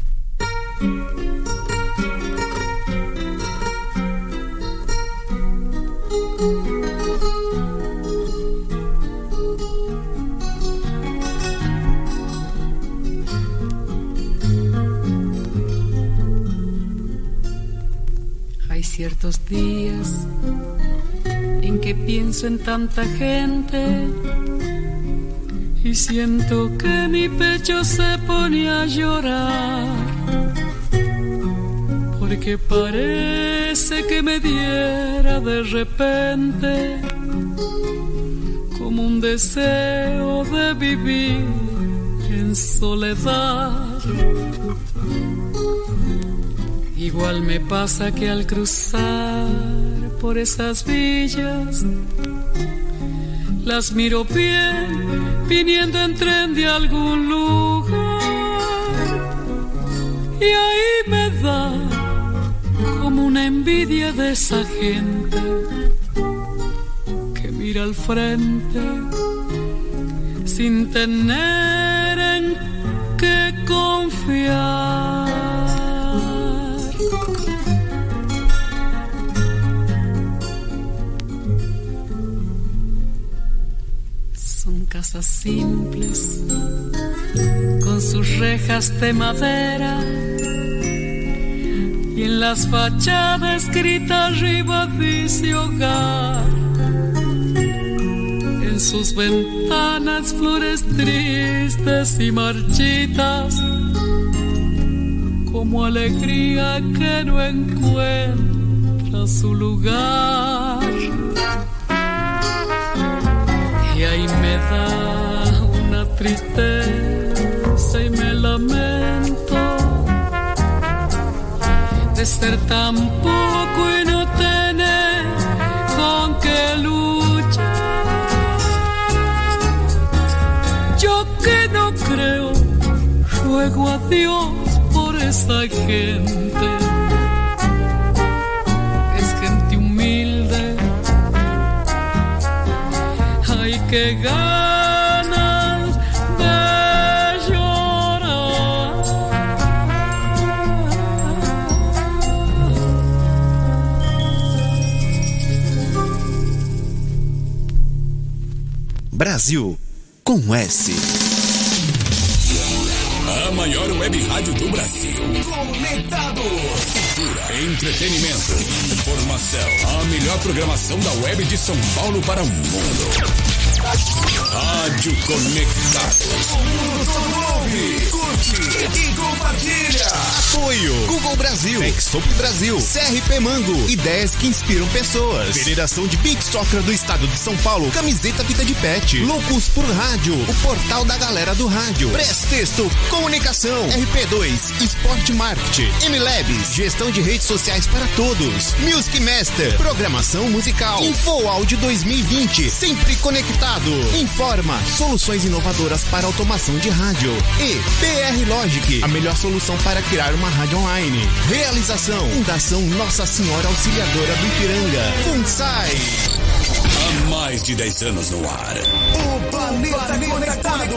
Hay ciertos días en que pienso en tanta gente y siento que mi pecho se pone a llorar, porque parece que me diera de repente como un deseo de vivir en soledad. Igual me pasa que al cruzar por esas villas las miro bien, viniendo en tren de algún lugar, y ahí me da como una envidia de esa gente que mira al frente sin tener en qué confiar. Son casas simples, con sus rejas de madera, y en las fachadas escrita arriba dice hogar. En sus ventanas flores tristes y marchitas, como alegría que no encuentra su lugar. Y ahí me da una tristeza y me lamento de ser tan poco y no tener con qué luchar. Yo que no creo, ruego a Dios por esa gente. Es gente humilde. Ay, qué ganas de llorar. Brasil com S. A maior web rádio do Brasil. Conectados. Cultura, entretenimento, informação. A melhor programação da web de São Paulo para o mundo. Rádio Conectados. O mundo todo ouve, curte e compartilha. Apoio Google Brasil, Texop Brasil, CRP Mango, ideias que inspiram pessoas. Federação de Beach Soccer do Estado de São Paulo, camiseta Vida de Pet. Loucos por Rádio, o portal da galera do rádio. Prestexto, comunicação. RP2, Esporte Marketing. MLabs, gestão de redes sociais para todos. Music Master, programação musical. Info Áudio 2020, sempre conectado. Informa, soluções inovadoras para automação de rádio. E PR Logic, a melhor solução para criar uma rádio online. Realização, Fundação Nossa Senhora Auxiliadora do Ipiranga. FUNSAI. Há mais de 10 anos no ar. O planeta conectado.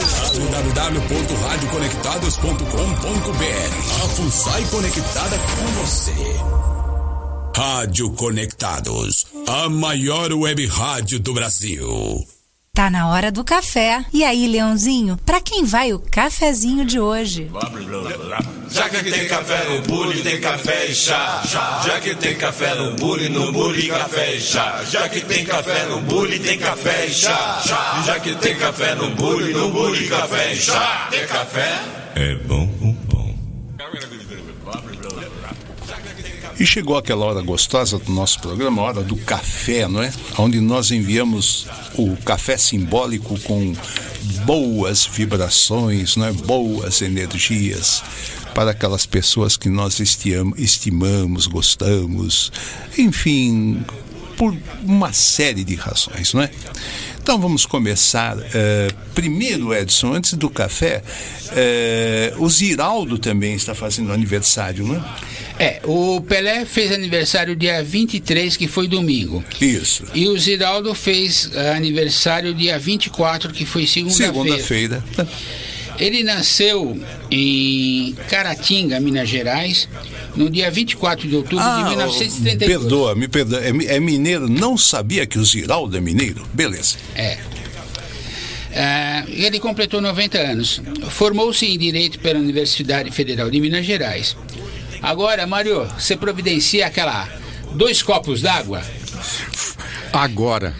www.radioconectados.com.br. A FUNSAI conectada com você. Rádio Conectados, a maior web rádio do Brasil. Tá na hora do café. E aí, Leãozinho, pra quem vai o cafezinho de hoje? Já que tem café no bule, tem café e chá. Já que tem café no bule café e chá. Já que tem café no bule, tem café e chá. Já que tem café no bule café e chá. Tem café? É bom. E chegou aquela hora gostosa do nosso programa, a hora do café, não é? Onde nós enviamos o café simbólico com boas vibrações, não é? Boas energias para aquelas pessoas que nós estimamos, gostamos, enfim, por uma série de razões, não é? Então vamos começar. Primeiro, Edson, antes do café, o Ziraldo também está fazendo aniversário, não é? O Pelé fez aniversário dia 23, que foi domingo. Isso. E o Ziraldo fez aniversário dia 24, que foi segunda-feira. Ele nasceu em Caratinga, Minas Gerais, no dia 24 de outubro de 1932. Me perdoa. É mineiro, não sabia que o Ziraldo é mineiro? Beleza. Ele completou 90 anos. Formou-se em Direito pela Universidade Federal de Minas Gerais. Agora, Mário, você providencia aquela 2 copos d'água? Agora.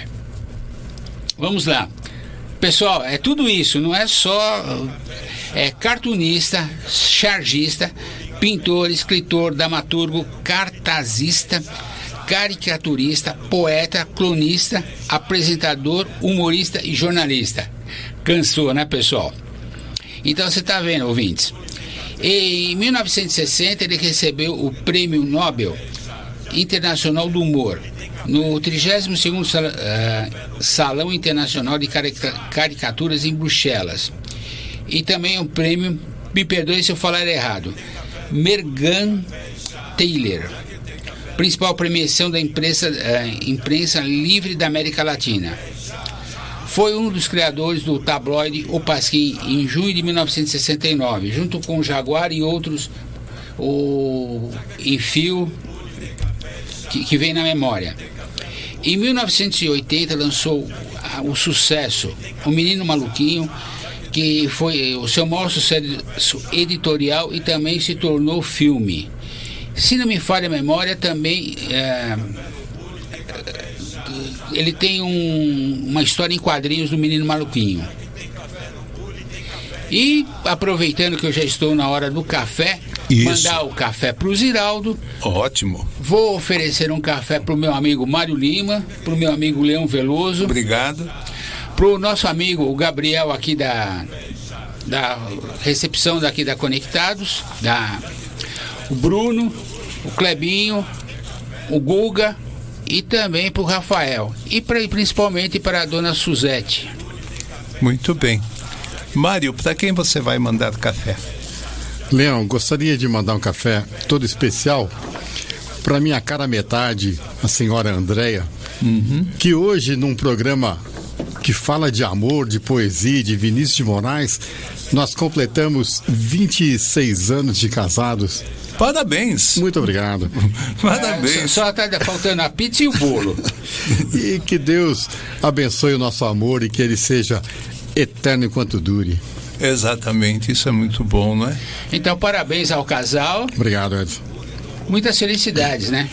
Vamos lá. Pessoal, é tudo isso, não é só... É cartunista, chargista, pintor, escritor, dramaturgo, cartazista, caricaturista, poeta, cronista, apresentador, humorista e jornalista. Cansou, né, pessoal? Então você está vendo, ouvintes. Em 1960 ele recebeu o Prêmio Nobel Internacional do Humor no 32º Salão Internacional de Caricaturas em Bruxelas. E também o prêmio, me perdoe se eu falar errado, Mergenthaler, principal premiação da imprensa livre da América Latina. Foi um dos criadores do tabloide O Pasquim em junho de 1969, junto com o Jaguar e outros, o Enfio, que vem na memória. Em 1980 lançou o sucesso O Menino Maluquinho, que foi o seu maior sucesso editorial e também se tornou filme. Se não me falha a memória, também ele tem uma história em quadrinhos do Menino Maluquinho. E aproveitando que eu já estou na hora do café, mandar o café para o Ziraldo. Ótimo. Vou oferecer um café para o meu amigo Mário Lima, para o meu amigo Leão Veloso. Obrigado. Para o nosso amigo o Gabriel aqui da recepção daqui da Conectados, o Bruno, o Clebinho, o Guga e também para o Rafael. E principalmente para a dona Suzete. Muito bem. Mário, para quem você vai mandar café? Leão, gostaria de mandar um café todo especial para minha cara metade, a senhora Andréia, que hoje, num programa que fala de amor, de poesia, de Vinícius de Moraes, nós completamos 26 anos de casados. Parabéns. Muito obrigado. Parabéns. Só está faltando a pizza e o bolo. E que Deus abençoe o nosso amor e que ele seja eterno enquanto dure. Exatamente, isso é muito bom, não é? Então, parabéns ao casal. Obrigado, Edson. Muitas felicidades, né?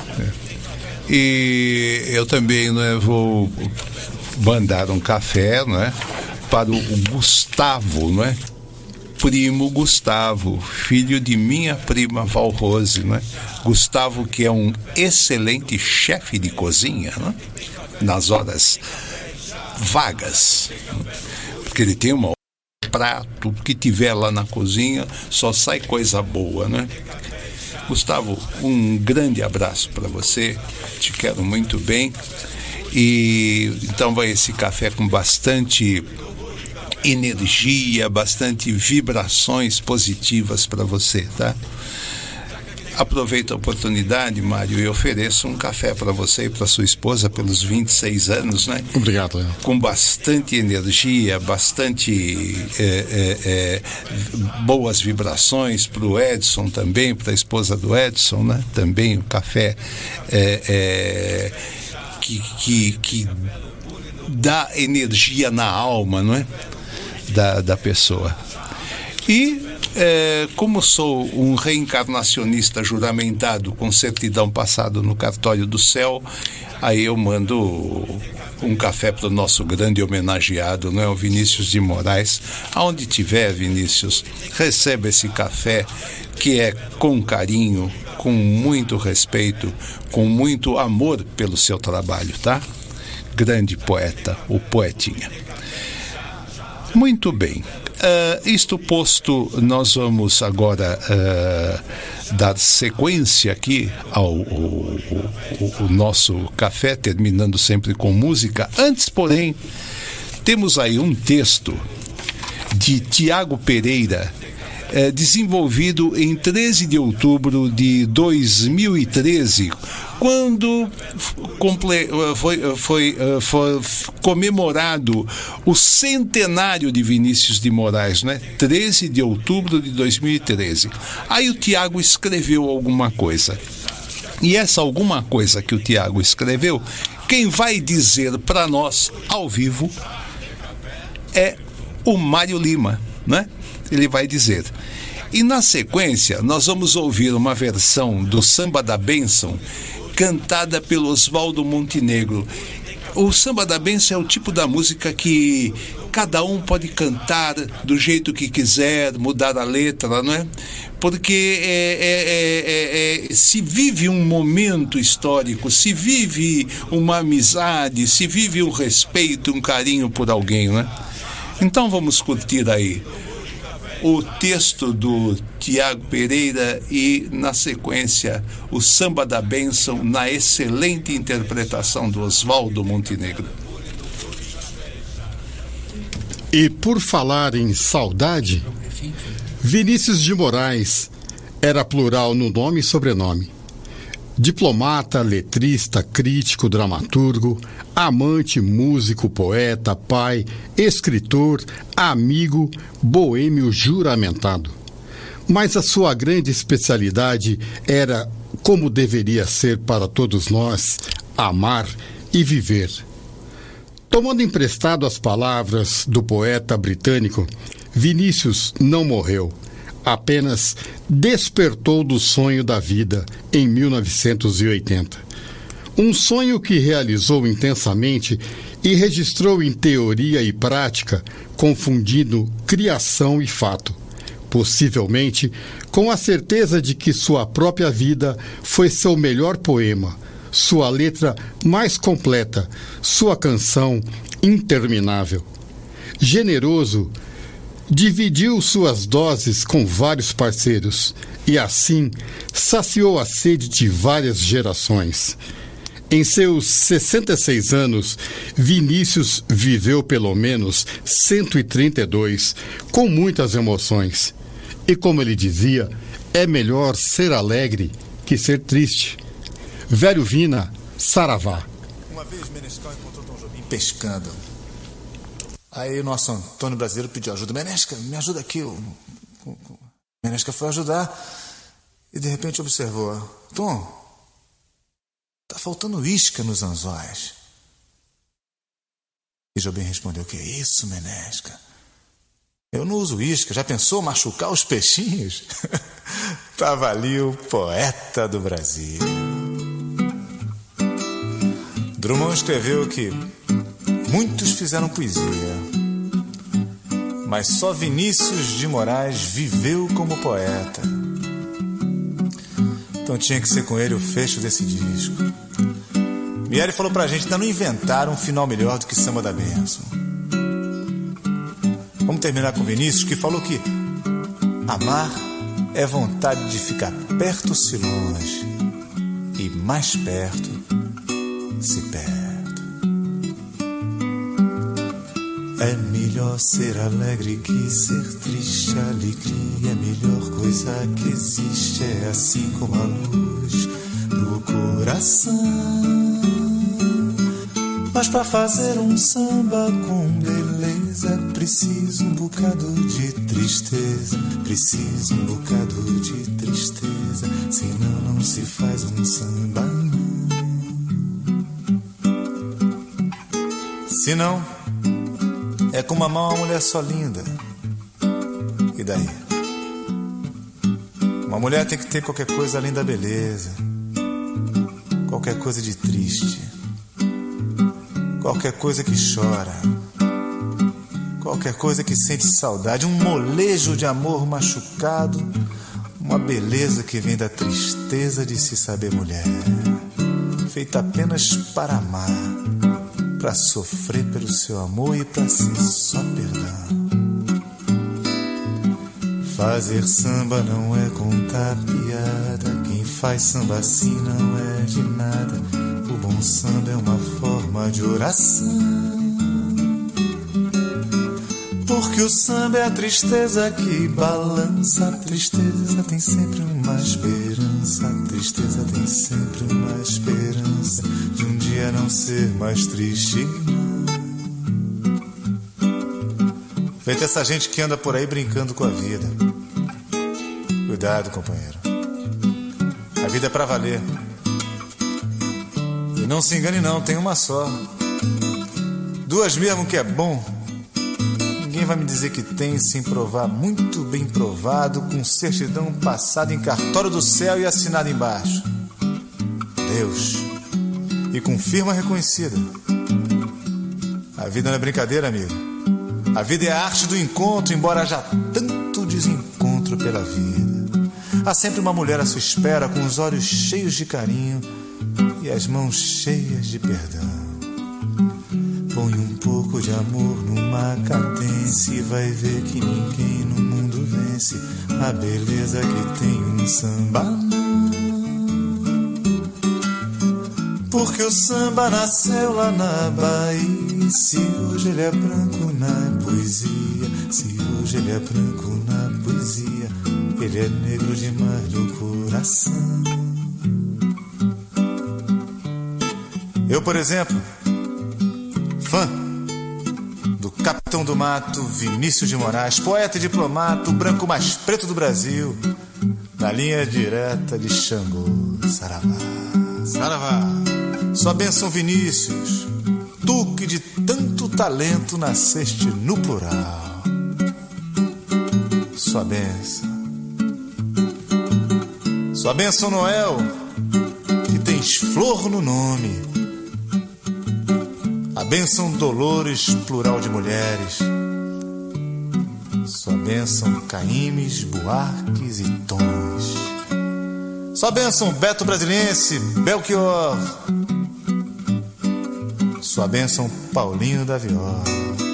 E eu também, vou mandar um café, para o Gustavo, Primo Gustavo, filho de minha prima Valrose, Gustavo, que é um excelente chefe de cozinha, nas horas vagas, porque ele tem uma prato que tiver lá na cozinha, só sai coisa boa, Gustavo, um grande abraço para você, te quero muito bem. E então vai esse café com bastante energia, bastante vibrações positivas para você, tá? Aproveito a oportunidade, Mário, e ofereço um café para você e para sua esposa pelos 26 anos, Obrigado, Leão. Com bastante energia, bastante boas vibrações para o Edson também, para a esposa do Edson, Também o café que dá energia na alma, da pessoa. E como sou um reencarnacionista juramentado com certidão passado no cartório do céu, aí eu mando um café para o nosso grande homenageado, o Vinícius de Moraes. Aonde tiver, Vinícius, receba esse café que é com carinho, com muito respeito, com muito amor pelo seu trabalho, tá? Grande poeta, o Poetinha. Muito bem. Isto posto, nós vamos agora dar sequência aqui ao nosso café, terminando sempre com música. Antes, porém, temos aí um texto de Tiago Pereira, desenvolvido em 13 de outubro de 2013, quando foi comemorado o centenário de Vinícius de Moraes, 13 de outubro de 2013. Aí o Tiago escreveu alguma coisa. E essa alguma coisa que o Tiago escreveu, quem vai dizer para nós ao vivo é o Mário Lima, Ele vai dizer. E na sequência nós vamos ouvir uma versão do Samba da Bênção cantada pelo Oswaldo Montenegro. O Samba da Bênção é o tipo da música que cada um pode cantar do jeito que quiser, mudar a letra, Porque se vive um momento histórico, se vive uma amizade, se vive um respeito, um carinho por alguém, Então vamos curtir aí o texto do Tiago Pereira e, na sequência, o Samba da Bênção, na excelente interpretação do Oswaldo Montenegro. E por falar em saudade, Vinícius de Moraes era plural no nome e sobrenome. Diplomata, letrista, crítico, dramaturgo, amante, músico, poeta, pai, escritor, amigo, boêmio juramentado. Mas a sua grande especialidade era, como deveria ser para todos nós, amar, e viver. Tomando emprestado as palavras do poeta britânico, Vinícius não morreu, apenas despertou do sonho da vida em 1980. Um sonho que realizou intensamente e registrou em teoria e prática, confundindo criação e fato, possivelmente com a certeza de que sua própria vida foi seu melhor poema, sua letra mais completa, sua canção interminável. Generoso, dividiu suas doses com vários parceiros e, assim, saciou a sede de várias gerações. Em seus 66 anos, Vinícius viveu pelo menos 132, com muitas emoções. E como ele dizia, é melhor ser alegre que ser triste. Velho Vina, saravá. Uma vez Menescal encontrou Tom Jobim pescando. Aí o nosso Antônio Brasileiro pediu ajuda. Menesca, me ajuda aqui. Menesca foi ajudar e de repente observou: Tom, tá faltando isca nos anzóis. E Jobim respondeu: que isso, Menesca? Eu não uso isca. Já pensou machucar os peixinhos? Tava ali o poeta do Brasil. Drummond escreveu que muitos fizeram poesia, mas só Vinícius de Moraes viveu como poeta. Então tinha que ser com ele o fecho desse disco. Miele falou pra gente: ainda não inventaram um final melhor do que Samba da Bênção. Vamos terminar com Vinícius, que falou que amar é vontade de ficar perto se longe e mais perto se perto. É melhor ser alegre que ser triste. A alegria é a melhor coisa que existe. É assim como a luz do coração. Mas pra fazer um samba com beleza é preciso um bocado de tristeza. Preciso um bocado de tristeza, senão não se faz um samba. Se não, é como amar uma mulher só linda. E daí? Uma mulher tem que ter qualquer coisa além da beleza, qualquer coisa de triste, qualquer coisa que chora, qualquer coisa que sente saudade, um molejo de amor machucado, uma beleza que vem da tristeza de se saber mulher, feita apenas para amar, para sofrer pelo seu amor e para ser só perdão. Fazer samba não é contar piada, quem faz samba assim não é de nada. O bom samba é uma forma de oração, porque o samba é a tristeza que balança. A tristeza tem sempre uma esperança, a tristeza tem sempre uma esperança de um dia não ser mais triste. Feita essa gente que anda por aí brincando com a vida. Cuidado, companheiro. A vida é pra valer. E não se engane não, tem uma só. Duas mesmo que é bom. Ninguém vai me dizer que tem sem provar, muito bem provado, com certidão passada em cartório do céu e assinada embaixo. Deus. E com firma reconhecida. A vida não é brincadeira, amigo. A vida é a arte do encontro, embora haja tanto desencontro pela vida. Há sempre uma mulher à sua espera, com os olhos cheios de carinho e as mãos cheias de perdão. Põe um pouco de amor numa cadência e vai ver que ninguém no mundo vence a beleza que tem um samba. Porque o samba nasceu lá na Bahia. Se hoje ele é branco na poesia, se hoje ele é branco na poesia, ele é negro demais no coração. Eu, por exemplo, fã do Capitão do Mato, Vinícius de Moraes, poeta e diplomata, o branco mais preto do Brasil, na linha direta de Xangô. Saravá, saravá. Sua bênção, Vinícius, tu que de tanto talento nasceste no plural. Sua bênção. Sua bênção, Noel, que tens flor no nome. A bênção, Dolores, plural de mulheres. Sua bênção, Caímes, Buarques e Tons. Sua bênção, Beto Brasiliense, Belchior. Sua bênção, Paulinho da Viola.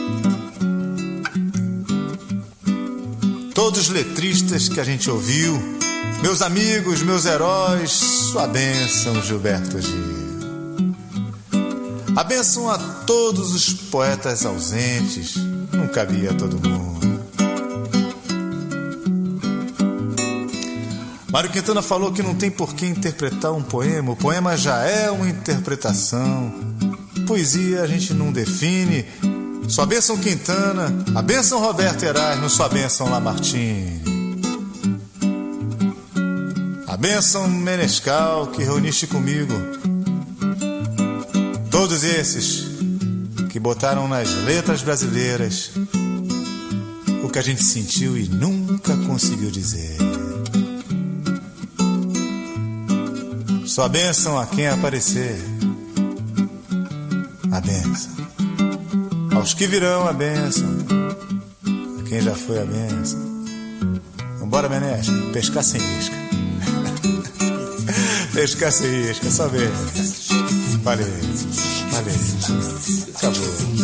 Todos os letristas que a gente ouviu, meus amigos, meus heróis, sua bênção, Gilberto Gil. A bênção a todos os poetas ausentes, não cabia a todo mundo. Mário Quintana falou que não tem por que interpretar um poema, o poema já é uma interpretação. Poesia a gente não define. Sua bênção, Quintana, a bênção, Roberto Erasmo, sua bênção, Lamartine. A bênção, Menescal, que reuniste comigo todos esses que botaram nas letras brasileiras o que a gente sentiu e nunca conseguiu dizer. Sua bênção a quem aparecer, a bênção. Aos que virão, a bênção. A quem já foi, a bênção. Vambora, Menesco, pescar sem isca. Pescar sem isca, só ver. Valeu, valeu. Acabou.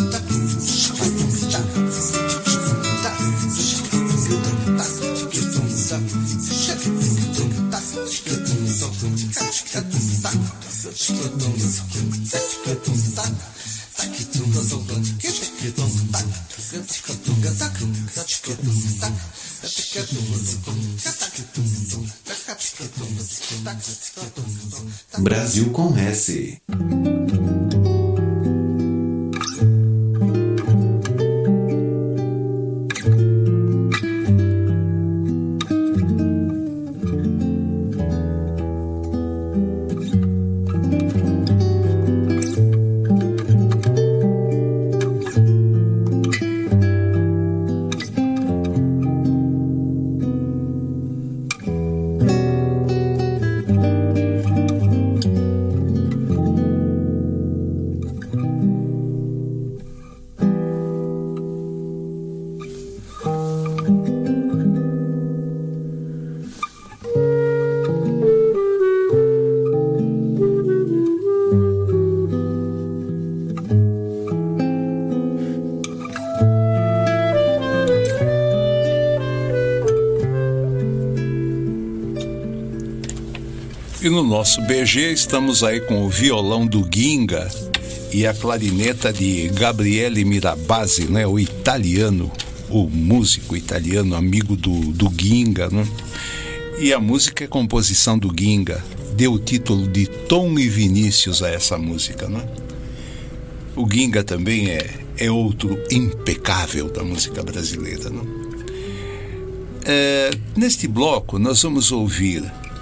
Brasil com S. E no nosso BG estamos aí com o violão do Ginga e a clarineta de Gabriele Mirabasi, né? O italiano, o músico italiano, amigo do Ginga, né? E a música é composição do Ginga, deu o título de Tom e Vinícius a essa música, né? O Ginga também é outro impecável da música brasileira, né? Neste bloco nós vamos ouvir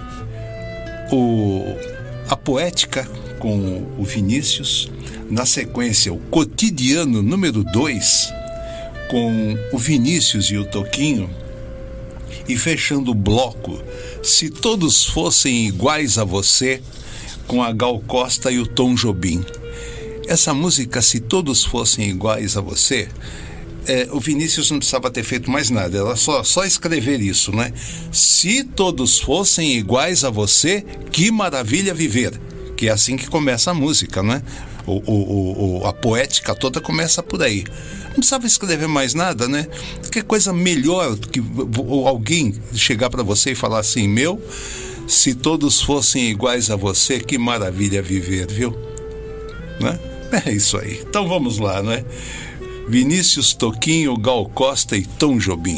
a Poética com o Vinícius, na sequência o Cotidiano número 2 com o Vinícius e o Toquinho, e fechando o bloco Se Todos Fossem Iguais a Você com a Gal Costa e o Tom Jobim. Essa música Se Todos Fossem Iguais a Você, o Vinícius não precisava ter feito mais nada, era só escrever isso, né? Se todos fossem iguais a você, que maravilha viver. Que é assim que começa a música, né? A poética toda começa por aí. Não precisava escrever mais nada, né? Que coisa melhor do que alguém chegar para você e falar assim: se todos fossem iguais a você, que maravilha viver, viu? Né? É isso aí. Então vamos lá, né? Vinícius, Toquinho, Gal Costa e Tom Jobim.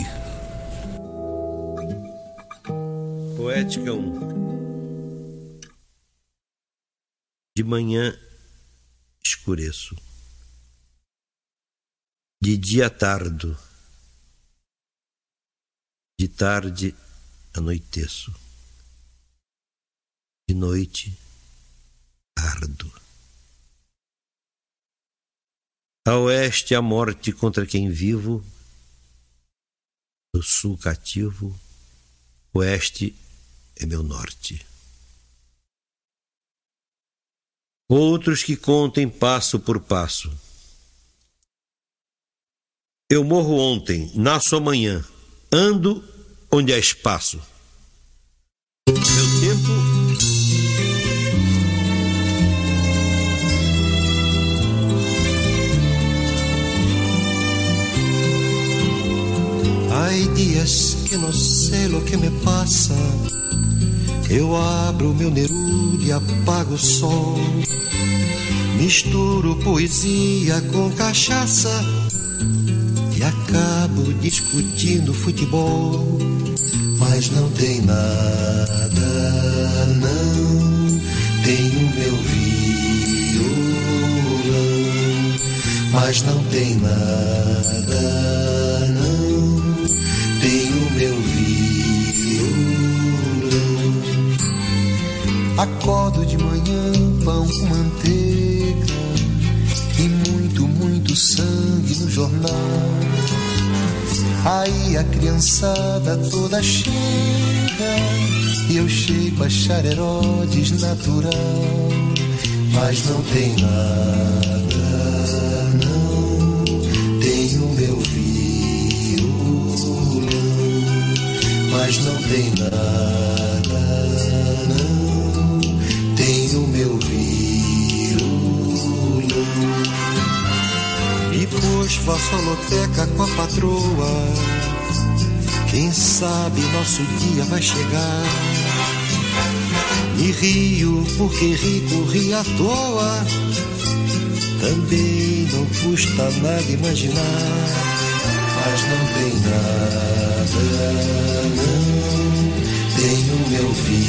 Poética 1. De manhã escureço, de dia tardo, de tarde anoiteço, de noite ardo, A oeste a morte contra quem vivo, no sul cativo, oeste é meu norte. Outros que contem passo por passo. Eu morro ontem, nasço amanhã, ando onde há espaço. Meu tempo hay días que no sé lo que me pasa. Eu abro meu Neruda e apago o sol. Misturo poesia com cachaça e acabo discutindo futebol. Mas não tem nada, não. Tenho meu violão. Mas não tem nada, não. Tenho meu violão. Acordo de manhã, pão com manteiga e muito, muito sangue no jornal. Aí a criançada toda chega e eu chego a achar Herodes natural. Mas não tem nada, não. Tenho meu violão. Mas não tem nada, não. Tenho meu violão. Depois faço a loteca com a patroa. Quem sabe nosso dia vai chegar. E rio porque rico ri à toa. Também não custa nada imaginar. Mas não tem nada, não. Tenho meu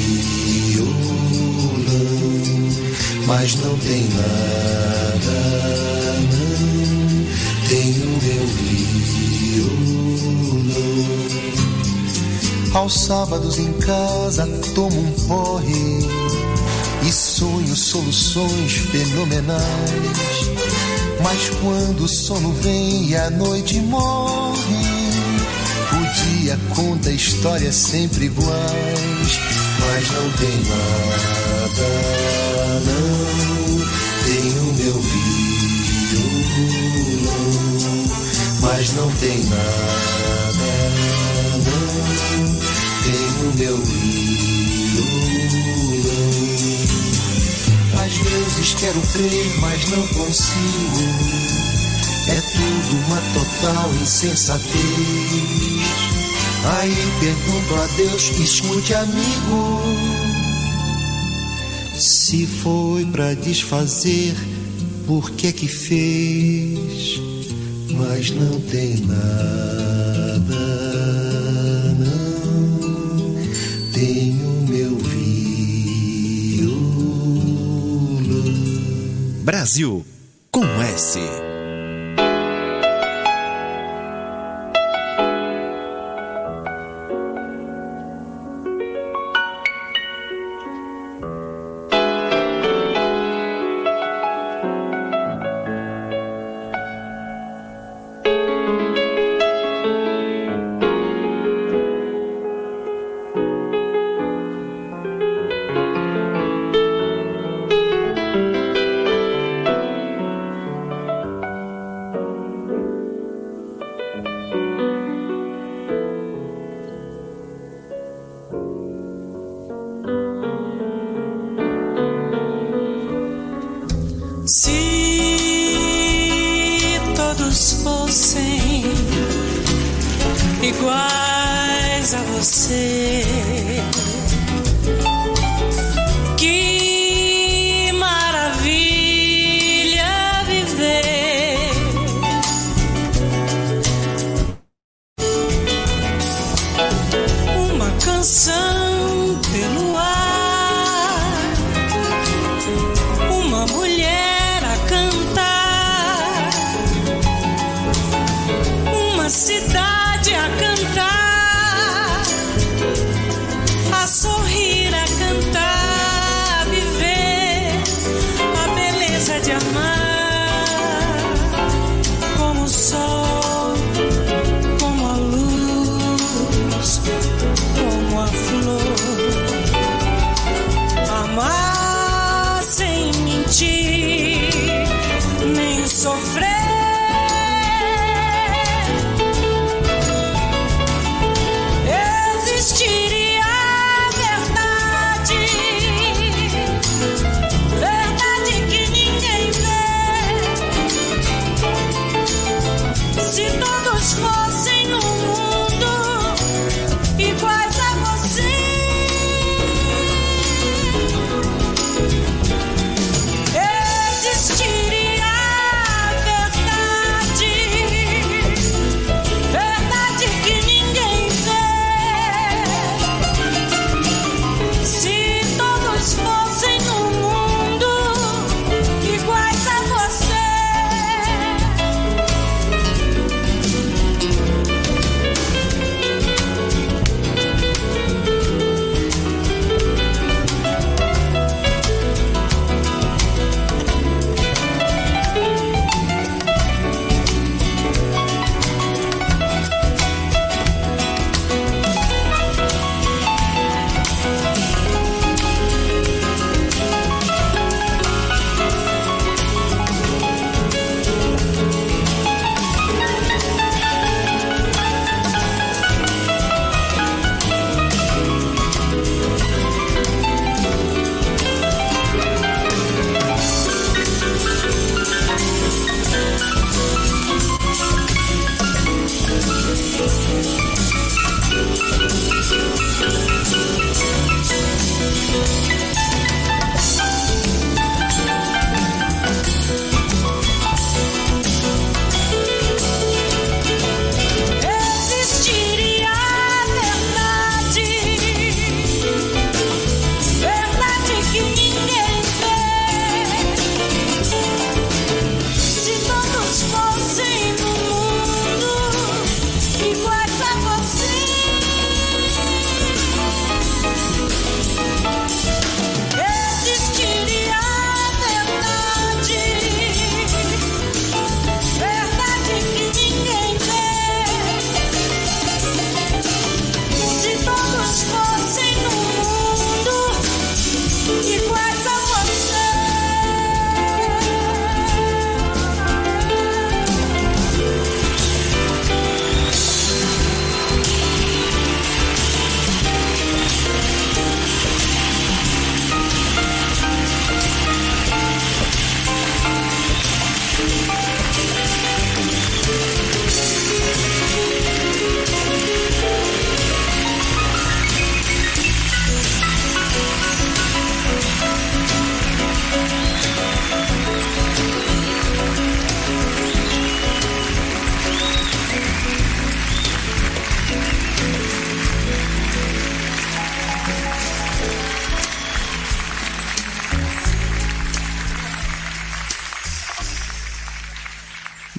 violão. Mas não tem nada, não. Tenho meu violão. Aos sábados em casa tomo um porre e sonho soluções fenomenais. Mas quando o sono vem e a noite morre, o dia conta histórias sempre iguais. Mas não tem nada, não. Tenho meu violão. Mas não tem nada, não. Tenho meu violão. Às vezes quero crer, mas não consigo. É tudo uma total insensatez. Aí pergunto a Deus, escute amigo, se foi pra desfazer, por que que fez? Mas não tem nada, não. Tenho meu violão. Brasil com S. Se todos fossem iguais a você, que maravilha viver. Uma canção pelo ar, uma mulher a cantar, uma cidade a cantar, a sorrir, a cantar.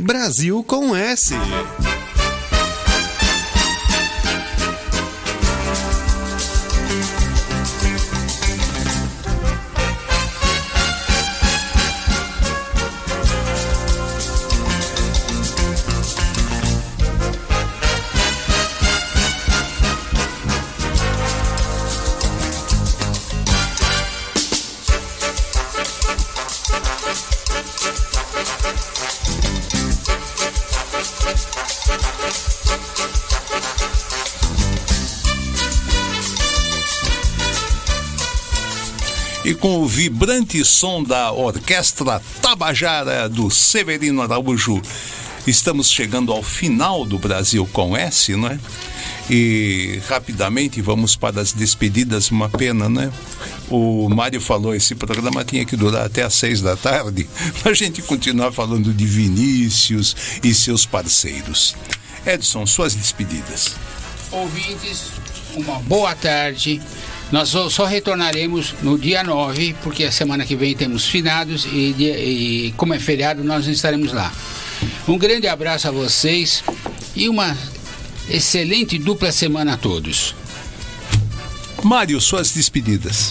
Brasil com S. E com o vibrante som da Orquestra Tabajara do Severino Araújo, estamos chegando ao final do Brasil com S, não é? E rapidamente vamos para as despedidas, uma pena, né? O Mário falou, esse programa tinha que durar até às 6 da tarde, para a gente continuar falando de Vinícius e seus parceiros. Edson, suas despedidas. Ouvintes, uma boa tarde. Nós só retornaremos no dia 9, porque a semana que vem temos finados e como é feriado, nós não estaremos lá. Um grande abraço a vocês e uma excelente dupla semana a todos. Mário, suas despedidas.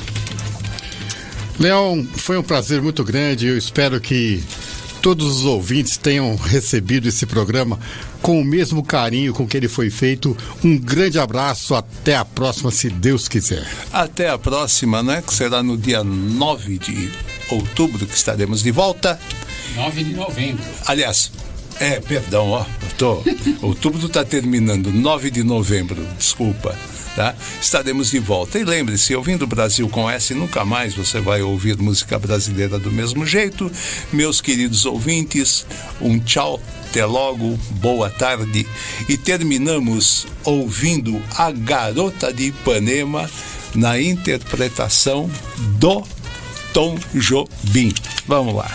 Leão, foi um prazer muito grande. Eu espero que todos os ouvintes tenham recebido esse programa com o mesmo carinho com que ele foi feito. Um grande abraço, até a próxima, se Deus quiser. Até a próxima, né? Que será no dia 9 de outubro que estaremos de volta. 9 de novembro. Aliás, perdão, outubro está terminando, 9 de novembro, desculpa. Tá? Estaremos de volta. E lembre-se, ouvindo o Brasil com S, nunca mais você vai ouvir música brasileira do mesmo jeito. Meus queridos ouvintes, um tchau, até logo, boa tarde. E terminamos ouvindo a Garota de Ipanema na interpretação do Tom Jobim. Vamos lá.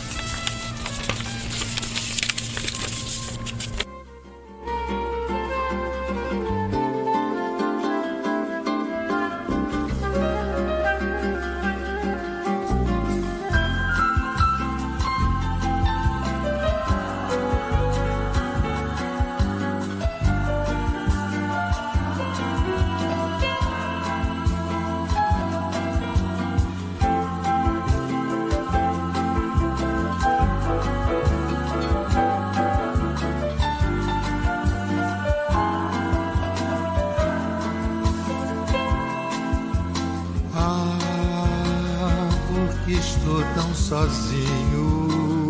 Estou tão sozinho.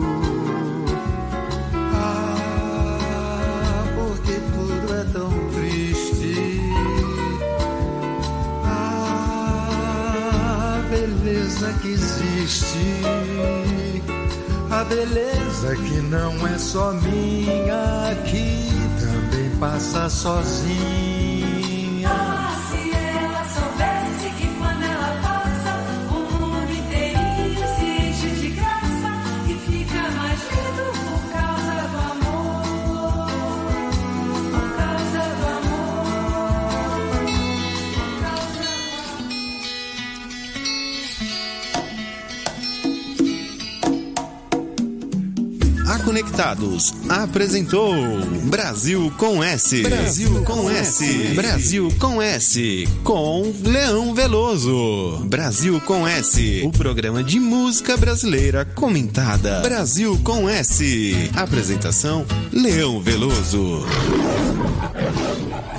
Porque tudo é tão triste. A beleza que existe, a beleza que não é só minha, que também passa sozinha. Conectados apresentou Brasil com S. Brasil com S. Brasil com S. Com Leão Veloso. Brasil com S. O programa de música brasileira comentada. Brasil com S. Apresentação Leão Veloso.